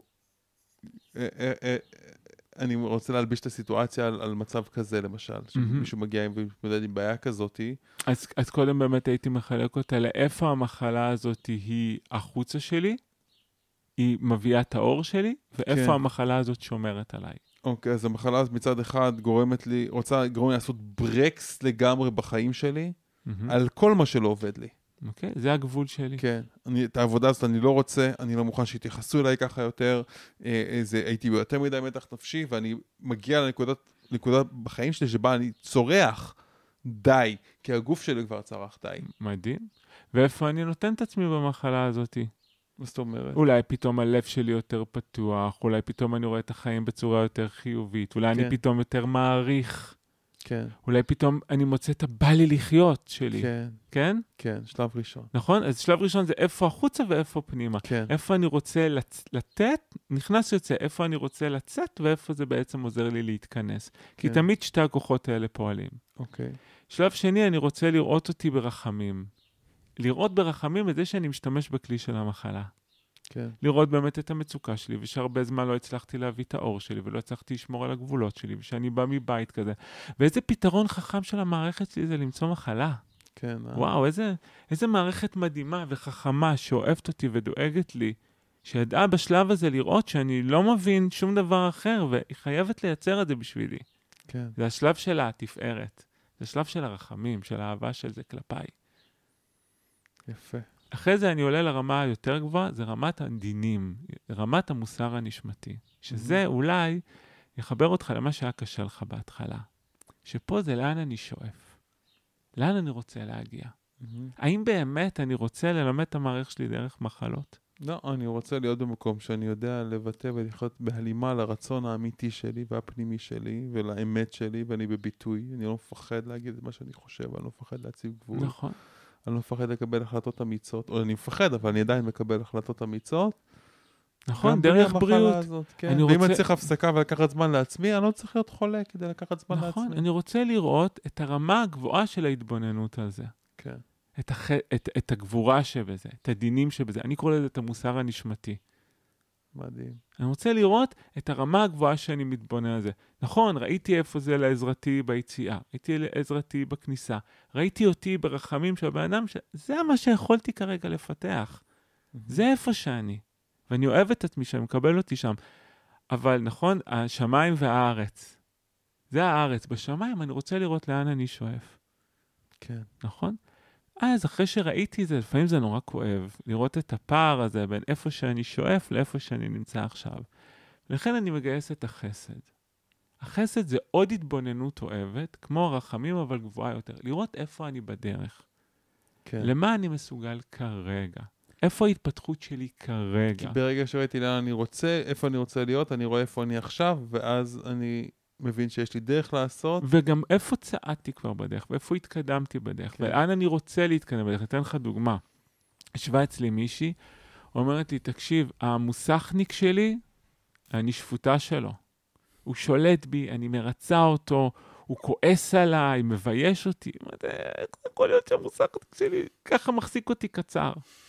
Speaker 2: אני רוצה להלביש את הסיטואציה על מצב כזה למשל, שמישהו מגיע ומתמודד עם בעיה כזאת.
Speaker 1: אז קודם באמת הייתי מחלק אותה לאיפה המחלה הזאת היא החוצה שלי, היא מביאה את האור שלי, ואיפה המחלה הזאת שומרת עליי.
Speaker 2: אוקיי, אז המחלה הזאת מצד אחד גורמת לי, רוצה לגרום לי לעשות ברקס לגמרי בחיים שלי, על כל מה שלא עובד לי.
Speaker 1: אוקיי, זה הגבול שלי.
Speaker 2: כן, את העבודה הזאת אני לא רוצה, אני לא מוכן שיתייחסו אליי ככה יותר, הייתי יותר מדי מתח נפשי, ואני מגיע לנקודה בחיים שלי שבה אני צורח די, כי הגוף שלי כבר צרח די.
Speaker 1: מדהים. ואיפה אני נותן את עצמי במחלה הזאת?
Speaker 2: מה זאת אומרת?
Speaker 1: אולי פתאום הלב שלי יותר פתוח, אולי פתאום אני רואה את החיים בצורה יותר חיובית, אולי אני פתאום יותר מעריך.
Speaker 2: כן.
Speaker 1: אולי פתאום אני מוצא את הבא לי לחיות שלי.
Speaker 2: כן.
Speaker 1: כן?
Speaker 2: כן, שלב ראשון.
Speaker 1: נכון? אז שלב ראשון זה איפה החוצה ואיפה פנימה.
Speaker 2: כן.
Speaker 1: איפה אני רוצה לתת, נכנס יוצא, איפה אני רוצה לצאת ואיפה זה בעצם עוזר לי להתכנס. כי תמיד 2 הכוחות האלה פועלים.
Speaker 2: אוקיי.
Speaker 1: שלב שני, אני רוצה לראות אותי ברחמים. לראות ברחמים את זה שאני משתמש בכלי של המחלה.
Speaker 2: כן.
Speaker 1: לראות באמת את המצוקה שלי, ושהרבה זמן לא הצלחתי להביא את האור שלי, ולא הצלחתי לשמור על הגבולות שלי, ושאני בא מבית כזה. ואיזה פתרון חכם של המערכת שלי זה למצוא מחלה.
Speaker 2: כן.
Speaker 1: וואו, איזה מערכת מדהימה וחכמה שאוהבת אותי ודואגת לי, שידעה בשלב הזה לראות שאני לא מבין שום דבר אחר, והיא חייבת לייצר את זה בשבילי.
Speaker 2: כן.
Speaker 1: זה השלב של התפארת. זה השלב של הרחמים, של האהבה של זה כלפיי.
Speaker 2: יפה.
Speaker 1: אחרי זה אני עולה לרמה היותר גבוהה, זה רמת הדינים, רמת המוסר הנשמתי. שזה אולי יחבר אותך למה שהיה קשה לך בהתחלה. שפה זה לאן אני שואף. לאן אני רוצה להגיע. האם באמת אני רוצה ללמד את המערכת שלי דרך מחלות?
Speaker 2: לא, אני רוצה להיות במקום שאני יודע לבטא ולחיות בהלימה לרצון האמיתי שלי והפנימי שלי ולאמת שלי, ואני בביטוי. אני לא מפחד להגיד את מה שאני חושב, אני לא מפחד להציב גבול.
Speaker 1: נכון.
Speaker 2: אני לא מפחד לקבל החלטות אמיצות, או אני מפחד, אבל אני עדיין מקבל החלטות אמיצות.
Speaker 1: נכון, דרך בריאות.
Speaker 2: הזאת, כן. ואם אני צריך הפסקה ולקחת זמן לעצמי, אני לא צריך להיות חולה כדי לקחת זמן לעצמי.
Speaker 1: נכון, אני רוצה לראות את הרמה הגבוהה של ההתבוננות על זה.
Speaker 2: כן.
Speaker 1: את הגבורה שבזה, את הדינים שבזה. אני קורא לזה את המוסר הנשמתי.
Speaker 2: מדהים.
Speaker 1: אני רוצה לראות את הרמה הגבוהה שאני מתבונן על זה. נכון, ראיתי איפה זה לעזרתי ביציאה, ראיתי לעזרתי בכניסה, ראיתי אותי ברחמים של הבן אדם, זה מה שיכולתי כרגע לפתח. זה איפה שאני. ואני אוהב את עצמי שאני מקבל אותי שם. אבל נכון, השמיים והארץ. זה הארץ. בשמיים אני רוצה לראות לאן אני שואף.
Speaker 2: כן.
Speaker 1: נכון? אז אחרי שראיתי את זה, לפעמים זה נורא כואב, לראות את הפער הזה בין איפה שאני שואף לאיפה שאני נמצא עכשיו. לכן אני מגייס את החסד. החסד זה עוד התבוננות אוהבת, כמו הרחמים אבל גבוהה יותר. לראות איפה אני בדרך.
Speaker 2: כן.
Speaker 1: למה אני מסוגל כרגע? איפה ההתפתחות שלי כרגע?
Speaker 2: כי ברגע שראיתי לאן אני רוצה, איפה אני רוצה להיות, אני רואה איפה אני עכשיו, ואז אני מבין שיש לי דרך לעשות.
Speaker 1: וגם איפה צעדתי כבר בדרך, ואיפה התקדמתי בדרך, כן. ולאן אני רוצה להתקדם בדרך. אתן לך דוגמה. ישבה אצלי מישהי, אומרת לי, תקשיב, המוסכניק שלי, אני שפוטה שלו. הוא שולט בי, אני מרצה אותו, הוא כועס עליי, מבייש אותי. איך יכול להיות שהמוסכניק שלי ככה מחזיק אותי קצר?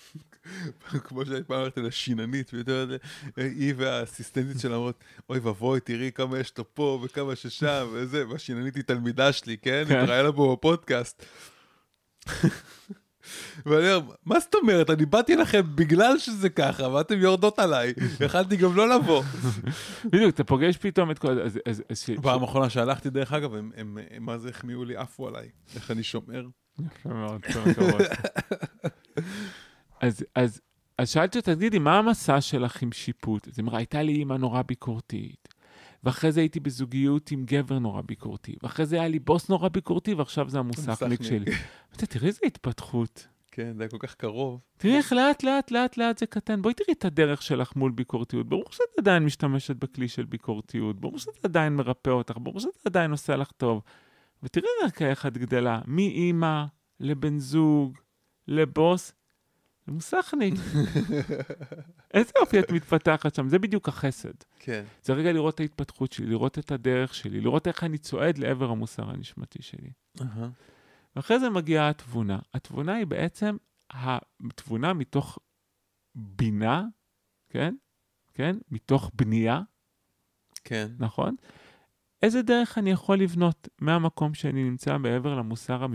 Speaker 2: כמו שהיית פעם אמרתי לשיננית, היא והאסיסטנטית שלה אומרת, אוי ובוי, תראי כמה יש לו פה וכמה ששם, וזה, והשיננית היא תלמידה שלי, כן? היא תראה לה בו בפודקאסט. ואני אומר, מה זאת אומרת? אני באתי לכם בגלל שזה ככה, ואתם יורדות עליי, יכלתי גם לא לבוא.
Speaker 1: בדיוק, אתה פוגש פתאום את כל...
Speaker 2: פעם האחרונה שהלכתי דרך אגב, הם מה זה החמיאו לי, עפו עליי, איך אני שומר.
Speaker 1: יפה מאוד, טוב. אז שאלתי אותה, תגידי, מה המסע שלך עם שיפוט? אז היא אמרה, הייתה לי אימא נורא ביקורתית, ואחרי זה הייתי בזוגיות עם גבר נורא ביקורתי, ואחרי זה היה לי בוס נורא ביקורתי, ועכשיו זה המוסכניק שלי. תראי איזה התפתחות.
Speaker 2: כן, זה היה כל כך קרוב.
Speaker 1: תראי איך לאט זה קטן. בואי תראי את הדרך שלך מול ביקורתיות. ברור שאת עדיין משתמשת בכלי של ביקורתיות, ברור שאת עדיין מרפא אותך, ברור שאת עדיין עושה לך טוב. ותראי רק איך את גדלה, מאמא לבן זוג, לבוס, למוסכניק. איזה אופי את מתפתחת שם? זה בדיוק החסד.
Speaker 2: כן.
Speaker 1: זה רגע לראות את ההתפתחות שלי, לראות את הדרך שלי, לראות איך אני צועד לעבר המוסר הנשמתי שלי. ואחרי זה מגיעה התבונה. התבונה היא בעצם התבונה מתוך בינה, כן? כן? מתוך בנייה.
Speaker 2: כן.
Speaker 1: נכון? איזה דרך אני יכול לבנות מהמקום שאני נמצא בעבר למוסר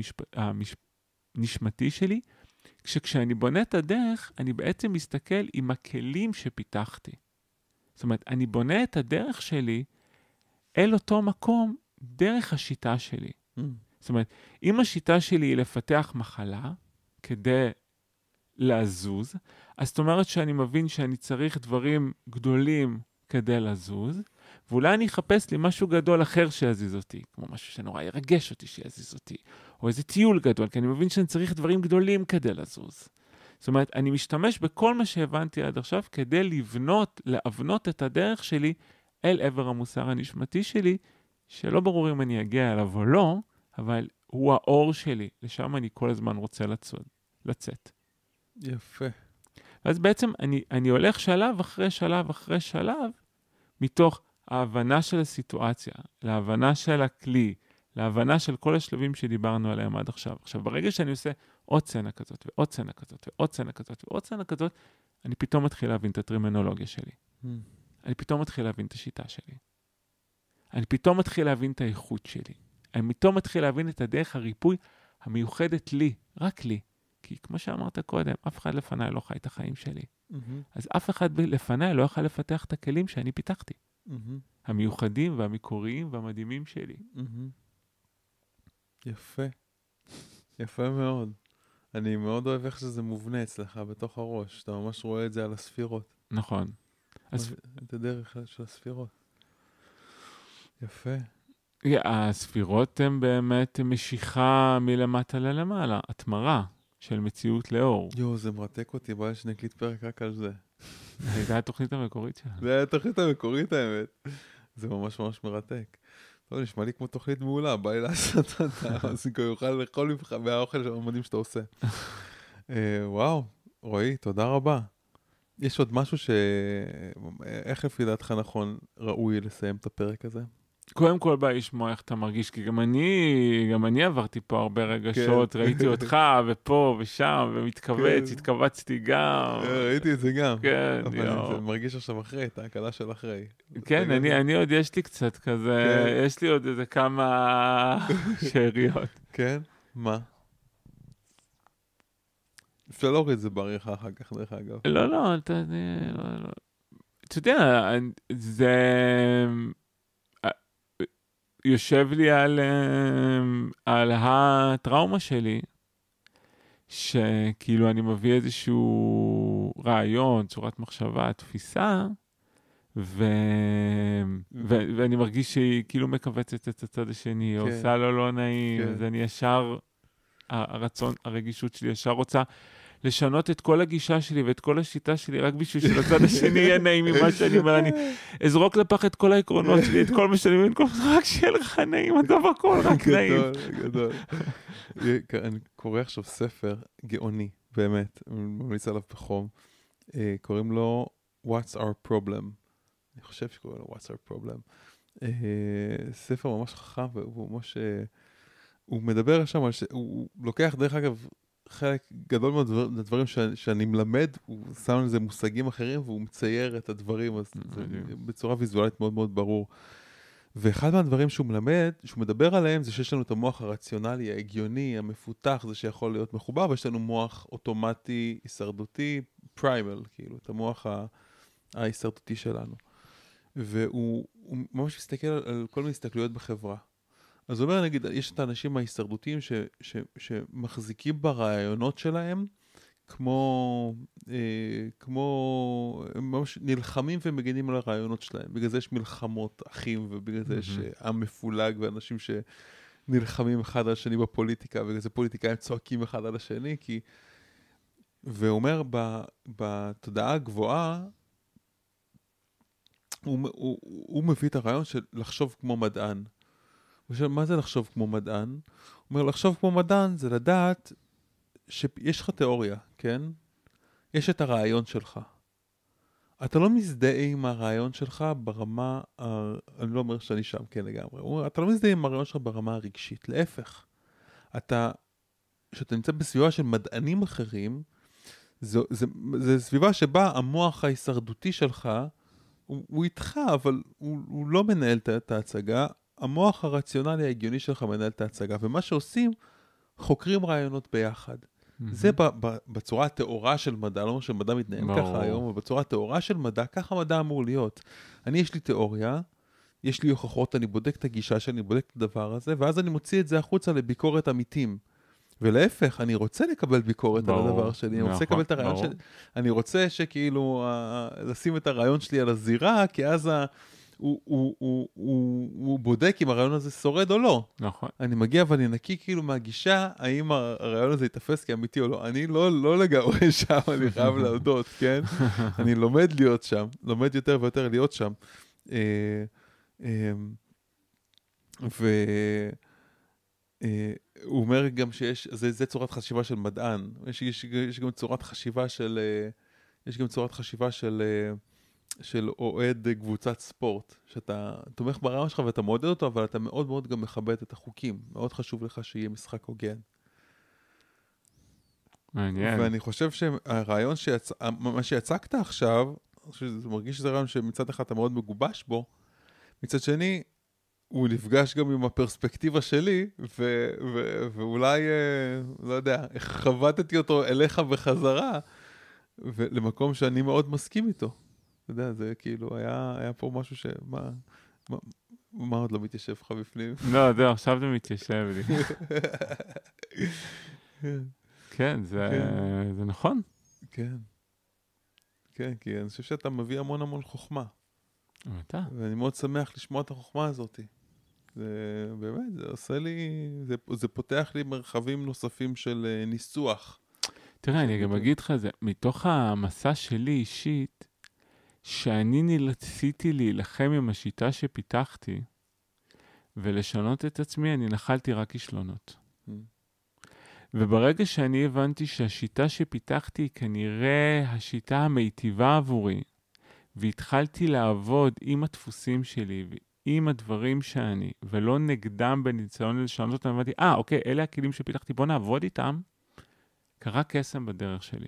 Speaker 1: הנשמתי שלי, כשאני בונה את הדרך, אני בעצם מסתכל עם הכלים שפיתחתי. זאת אומרת, אני בונה את הדרך שלי אל אותו מקום דרך השיטה שלי. זאת אומרת, אם השיטה שלי היא לפתח מחלה כדי לזוז, אז זאת אומרת שאני מבין שאני צריך דברים גדולים כדי לזוז, ואולי אני אחפש לי משהו גדול אחר שיזיז אותי, כמו משהו שנורא ירגש אותי שיזיז אותי, או איזה טיול גדול, כי אני מבין שאני צריך דברים גדולים כדי לזוז. זאת אומרת, אני משתמש בכל מה שהבנתי עד עכשיו כדי להבנות את הדרך שלי אל עבר המוסר הנשמתי שלי, שלא ברור אם אני אגיע אליו או לא, אבל הוא האור שלי, לשם אני כל הזמן רוצה לצאת.
Speaker 2: יפה.
Speaker 1: אז בעצם אני הולך שלב אחרי שלב אחרי שלב, מתוך ההבנה של הסיטואציה, להבנה של הכלי, להבנה של כל השלבים שדיברנו עליהם עד עכשיו. עכשיו, ברגע שאני עושה עוד סצנה כזאת, ועוד סצנה כזאת, ועוד סצנה כזאת, ועוד סצנה כזאת, אני פתאום מתחיל להבין את הטרמינולוגיה שלי. אני פתאום מתחיל להבין את השיטה שלי. אני פתאום מתחיל להבין את האיכות שלי. אני פתאום מתחיל להבין את הדרך הריפוי המיוחדת לי, רק לי. כי כמו שאמרת קודם, אף אחד לפניי לא חי את החיים שלי. אז אף אחד לפניי לא יוכל לפתח את הכלים שאני פיתחתי. המיוחדים והמקוריים והמדהימים שלי.
Speaker 2: יפה. יפה מאוד. אני מאוד אוהב איך שזה מובנה אצלך בתוך הראש. אתה ממש רואה את זה על הספירות.
Speaker 1: נכון.
Speaker 2: את הדרך של הספירות. יפה.
Speaker 1: הספירות הן באמת משיכה מלמטה ללמעלה, התמרה של מציאות לאור.
Speaker 2: זה מרתק אותי, בוא שנקליט פרק רק על זה.
Speaker 1: זה הייתה התוכנית המקורית שלה.
Speaker 2: זה היה התוכנית המקורית האמת. זה ממש ממש מרתק. טוב, נשמע לי כמו תוכנית מעולה, בא לי לעשות אותה, אז אני יוכל לאכול מהאוכל של המדהים שאתה עושה. וואו, רועי, תודה רבה. יש עוד משהו איך לפי דעתך נכון ראוי לסיים את הפרק הזה?
Speaker 1: קודם כל בא לשמוע איך אתה מרגיש, כי גם אני עברתי פה הרבה רגשות, ראיתי אותך ופה ושם, ומתכווץ, התכווצתי גם.
Speaker 2: ראיתי את זה גם.
Speaker 1: כן,
Speaker 2: אבל זה מרגיש עכשיו אחרי, את ההקלה של אחרי.
Speaker 1: כן, אני עוד יש לי קצת כזה, יש לי עוד איזה כמה שאריות.
Speaker 2: כן? מה? אפשר להוריד את זה בעריכה אחר כך, דרך אגב.
Speaker 1: לא, אתה יודע, זה יושב לי על הטראומה שלי, שכאילו אני מביא איזשהו רעיון, צורת מחשבה, תפיסה, ואני מרגיש שהיא כאילו מקבצת את הצד השני, עושה לו לא נעים, אז אני ישר, הרגישות שלי ישר רוצה לשנות את כל הגישה שלי ואת כל השיטה שלי, רק בשביל שלצד השני יהיה נעים ממה שאני אומר, אני אזרוק לפח את כל העקרונות שלי, את כל מה שאני מבין, רק שיהיה לך נעים, עזוב הכל, רק נעים.
Speaker 2: גדול. אני קורא עכשיו ספר גאוני, באמת, אני ממליץ עליו בחום, קוראים לו What's Our Problem. אני חושב שקוראים לו What's Our Problem. ספר ממש חכם, והוא ממש, הוא מדבר שם, הוא לוקח דרך אגב, חלק גדול מהדברים שאני מלמד, הוא שם לזה מושגים אחרים, והוא מצייר את הדברים, אז זה בצורה ויזואלית מאוד מאוד ברור. ואחד מהדברים שהוא מלמד, שהוא מדבר עליהם, זה שיש לנו את המוח הרציונלי, ההגיוני, המפותח, זה שיכול להיות מחובר, ויש לנו מוח אוטומטי, הישרדותי, פריימל, כאילו, את המוח ההישרדותי שלנו. והוא ממש מסתכל על כל מיני הסתכלויות בחברה. אז הוא אומר, נגיד, יש את האנשים ההישרדותיים שמחזיקים ברעיונות שלהם, כמו הם ממש נלחמים ומגנים על הרעיונות שלהם. בגלל זה יש מלחמות אחים, ובגלל זה יש עם מפולג, ואנשים שנלחמים אחד על השני בפוליטיקה, ובגלל זה פוליטיקאים צועקים אחד על השני, והוא אומר, בתודעה הגבוהה, הוא מביא את הרעיון של לחשוב כמו מדען. מה זה לחשוב כמו מדען? הוא אומר, לחשוב כמו מדען זה לדעת שיש לך תיאוריה, כן? יש את הרעיון שלך. אתה לא מזדהה עם הרעיון שלך ברמה, אני לא אומר שאני שם, כן לגמרי. הוא אומר, אתה לא מזדהה עם הרעיון שלך ברמה הרגשית. להפך. כשאתה נמצא בסביבה של מדענים אחרים, זה סביבה שבה המוח ההישרדותי שלך, הוא איתך, אבל הוא לא מנהל את ההצגה. המוח הרציונלי ההגיוני שלך מנהל את ההצגה, ומה שעושים, חוקרים רעיונות ביחד. זה בצורה התיאורה של מדע, לא אומר שמדע מתנהל ככה היום, אבל בצורה התיאורה של מדע, ככה מדע אמור להיות. יש לי תיאוריה, יש לי הוכחות, אני בודק את הגישה שלי, אני בודק את הדבר הזה, ואז אני מוציא את זה החוצה לביקורת עמיתים. ולהפך, אני רוצה לקבל ביקורת על הדבר שלי, אני רוצה לקבל את הרעיון שלי, אני רוצה שכאילו, לשים את הרעיון שלי על הזירה, כי אז הוא בודק אם הרעיון הזה שורד או לא.
Speaker 1: נכון.
Speaker 2: אני מגיע ואני נקי כאילו מהגישה, האם הרעיון הזה יתפס כאמיתי או לא. אני לא לגמרי שם, אני חייב להודות, כן? אני לומד להיות שם, לומד יותר ויותר להיות שם. הוא אומר גם שיש, זה צורת חשיבה של מדען. יש גם צורת חשיבה של אוהד קבוצת ספורט, שאתה תומך ברעיון שלך ואתה מעודד אותו, אבל אתה מאוד מאוד גם מכבד את החוקים. מאוד חשוב לך שיהיה משחק הוגן.
Speaker 1: מעניין.
Speaker 2: ואני חושב שהרעיון מה שיצקת עכשיו, שזה מרגיש שזה רעיון שמצד אחד אתה מאוד מגובש בו, מצד שני, הוא נפגש גם עם הפרספקטיבה שלי, ואולי, לא יודע, חבטתי אותו אליך בחזרה, למקום שאני מאוד מסכים איתו. אתה יודע, זה כאילו, היה פה משהו מה עוד לא מתיישב לך בפנים?
Speaker 1: לא, זה עכשיו זה מתיישב לי. כן, זה נכון.
Speaker 2: כן. כן, כי אני חושב שאתה מביא המון המון חוכמה.
Speaker 1: אתה?
Speaker 2: ואני מאוד שמח לשמוע את החוכמה הזאת. זה באמת, זה עושה לי, זה פותח לי מרחבים נוספים של ניסוח.
Speaker 1: תראה, אני גם אגיד לך זה, מתוך המסע שלי אישית, שאני נאלציתי להילחם עם השיטה שפיתחתי, ולשנות את עצמי, אני נחלתי רק כישלונות. וברגע שאני הבנתי שהשיטה שפיתחתי היא כנראה השיטה המיטיבה עבורי, והתחלתי לעבוד עם הדפוסים שלי ועם הדברים שאני, ולא נגדם בניסיון לשנות אותם, ואמרתי, אוקיי, אלה הכלים שפיתחתי, בוא נעבוד איתם, קרה קסם בדרך שלי.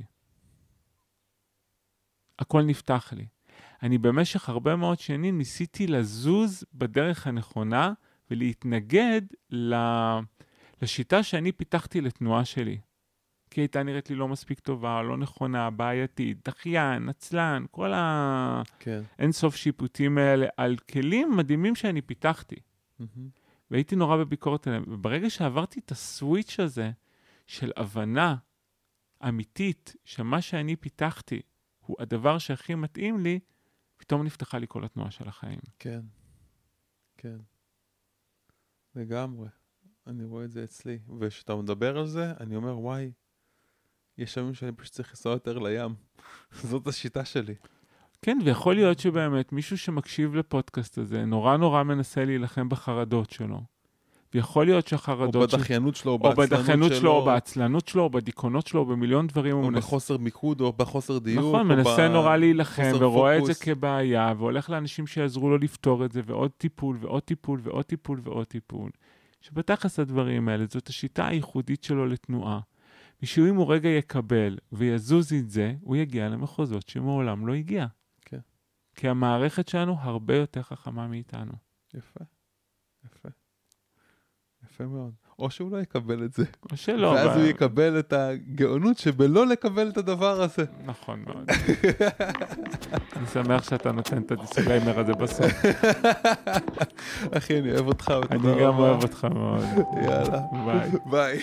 Speaker 1: הכל נפתח לי. אני במשך הרבה מאוד שנים ניסיתי לזוז בדרך הנכונה, ולהתנגד לשיטה שאני פיתחתי לתנועה שלי. כי הייתה נראית לי לא מספיק טובה, לא נכונה, בעייתית, דחיין, נצלן, כל האינסוף שיפוטים האלה, על כלים מדהימים שאני פיתחתי. והייתי נורא בביקורת עליהם. וברגע שעברתי את הסוויץ' הזה, של הבנה אמיתית, שמה שאני פיתחתי, הוא הדבר שהכי מתאים לי, פתאום נפתחה לי כל התנועה של החיים.
Speaker 2: כן, כן. לגמרי. אני רואה את זה אצלי. וכשאתה מדבר על זה, אני אומר, וואי, יש ימים שאני פשוט צריך לנסוע יותר לים. זאת השיטה שלי.
Speaker 1: כן, ויכול להיות שבאמת מישהו שמקשיב לפודקאסט הזה, נורא נורא מנסה להילחם בחרדות שלו. ויכול להיות שהחרדות...
Speaker 2: או בדחיינות שלו,
Speaker 1: או בדחיינות שלו, או בעצלנות שלו, או בדיכאונות שלו, או במיליון דברים.
Speaker 2: או בחוסר מיקוד, או בחוסר דיוק.
Speaker 1: נכון, מנסה נורא להילחם, ורואה את זה כבעיה, והולך לאנשים שיעזרו לו לפתור את זה, ועוד טיפול, ועוד טיפול, ועוד טיפול, ועוד טיפול. שבתכלס הדברים האלה, זאת השיטה הייחודית שלו לתנועה. משהו אם הוא רגע יקבל ויזוז את זה, הוא יגיע למחוזות שמעולם לא הגיע.
Speaker 2: כן.
Speaker 1: כי המערכת שלנו הרבה יותר חכמה מאיתנו.
Speaker 2: יפה, יפה. יפה מאוד. או שהוא לא יקבל את זה.
Speaker 1: או שלא.
Speaker 2: ואז הוא יקבל את הגאונות שבלא לקבל את הדבר הזה.
Speaker 1: נכון מאוד. אני שמח שאתה נותן את הדיסקליימר הזה בסוף.
Speaker 2: אחי, אני אוהב אותך.
Speaker 1: אני גם אוהב אותך מאוד.
Speaker 2: יאללה.
Speaker 1: ביי.
Speaker 2: ביי.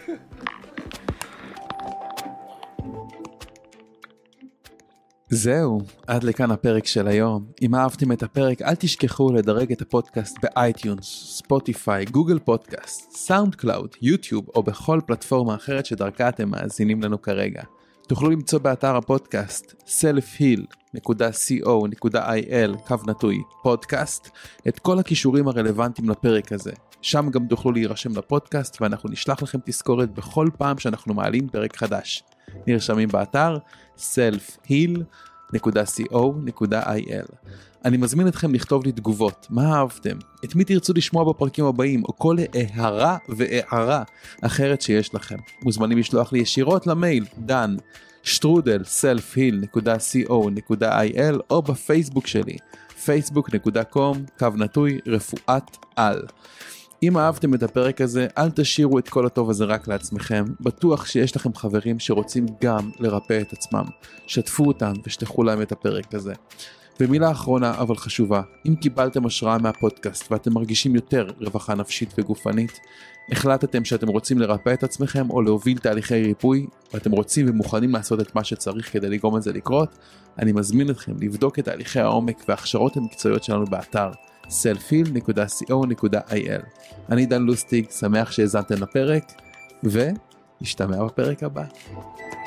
Speaker 2: זהו, עד לכאן הפרק של היום. אם אהבתם את הפרק, אל תשכחו לדרג את הפודקאסט באייטיונס, ספוטיפיי, גוגל פודקאסט, סאונד קלאוד, יוטיוב או בכל פלטפורמה אחרת שדרכה אתם מאזינים לנו כרגע. תוכלו למצוא באתר הפודקאסט selfheal.co.il/פודקאסט את כל הכישורים הרלוונטיים לפרק הזה. שם גם תוכלו להירשם לפודקאסט ואנחנו נשלח לכם תזכורת בכל פעם שאנחנו מעלים פרק חדש. נרשמים באתר selfheal.co.il. אני מזמין אתכם לכתוב לי תגובות, מה אהבתם, את מי תרצו לשמוע בפרקים הבאים, או כל הערה והערה אחרת שיש לכם. מוזמנים לשלוח לי ישירות למייל dan@selfheal.co.il או בפייסבוק שלי facebook.com/רפואת על. אם אהבתם את הפרק הזה, אל תשאירו את כל הטוב הזה רק לעצמכם. בטוח שיש לכם חברים שרוצים גם לרפא את עצמם. שתפו אותם ושתחו להם את הפרק הזה. ומילה אחרונה אבל חשובה, אם קיבלתם השראה מהפודקאסט ואתם מרגישים יותר רווחה נפשית וגופנית, החלטתם שאתם רוצים לרפא את עצמכם או להוביל תהליכי ריפוי, ואתם רוצים ומוכנים לעשות את מה שצריך כדי לגרום את זה לקרות, אני מזמין אתכם לבדוק את תהליכי העומק וההכשרות המקצועיות שלנו באתר selfheal.co.il. אני דן לוסטיג, שמח שהזנתם לפרק, ונשתמע בפרק הבא.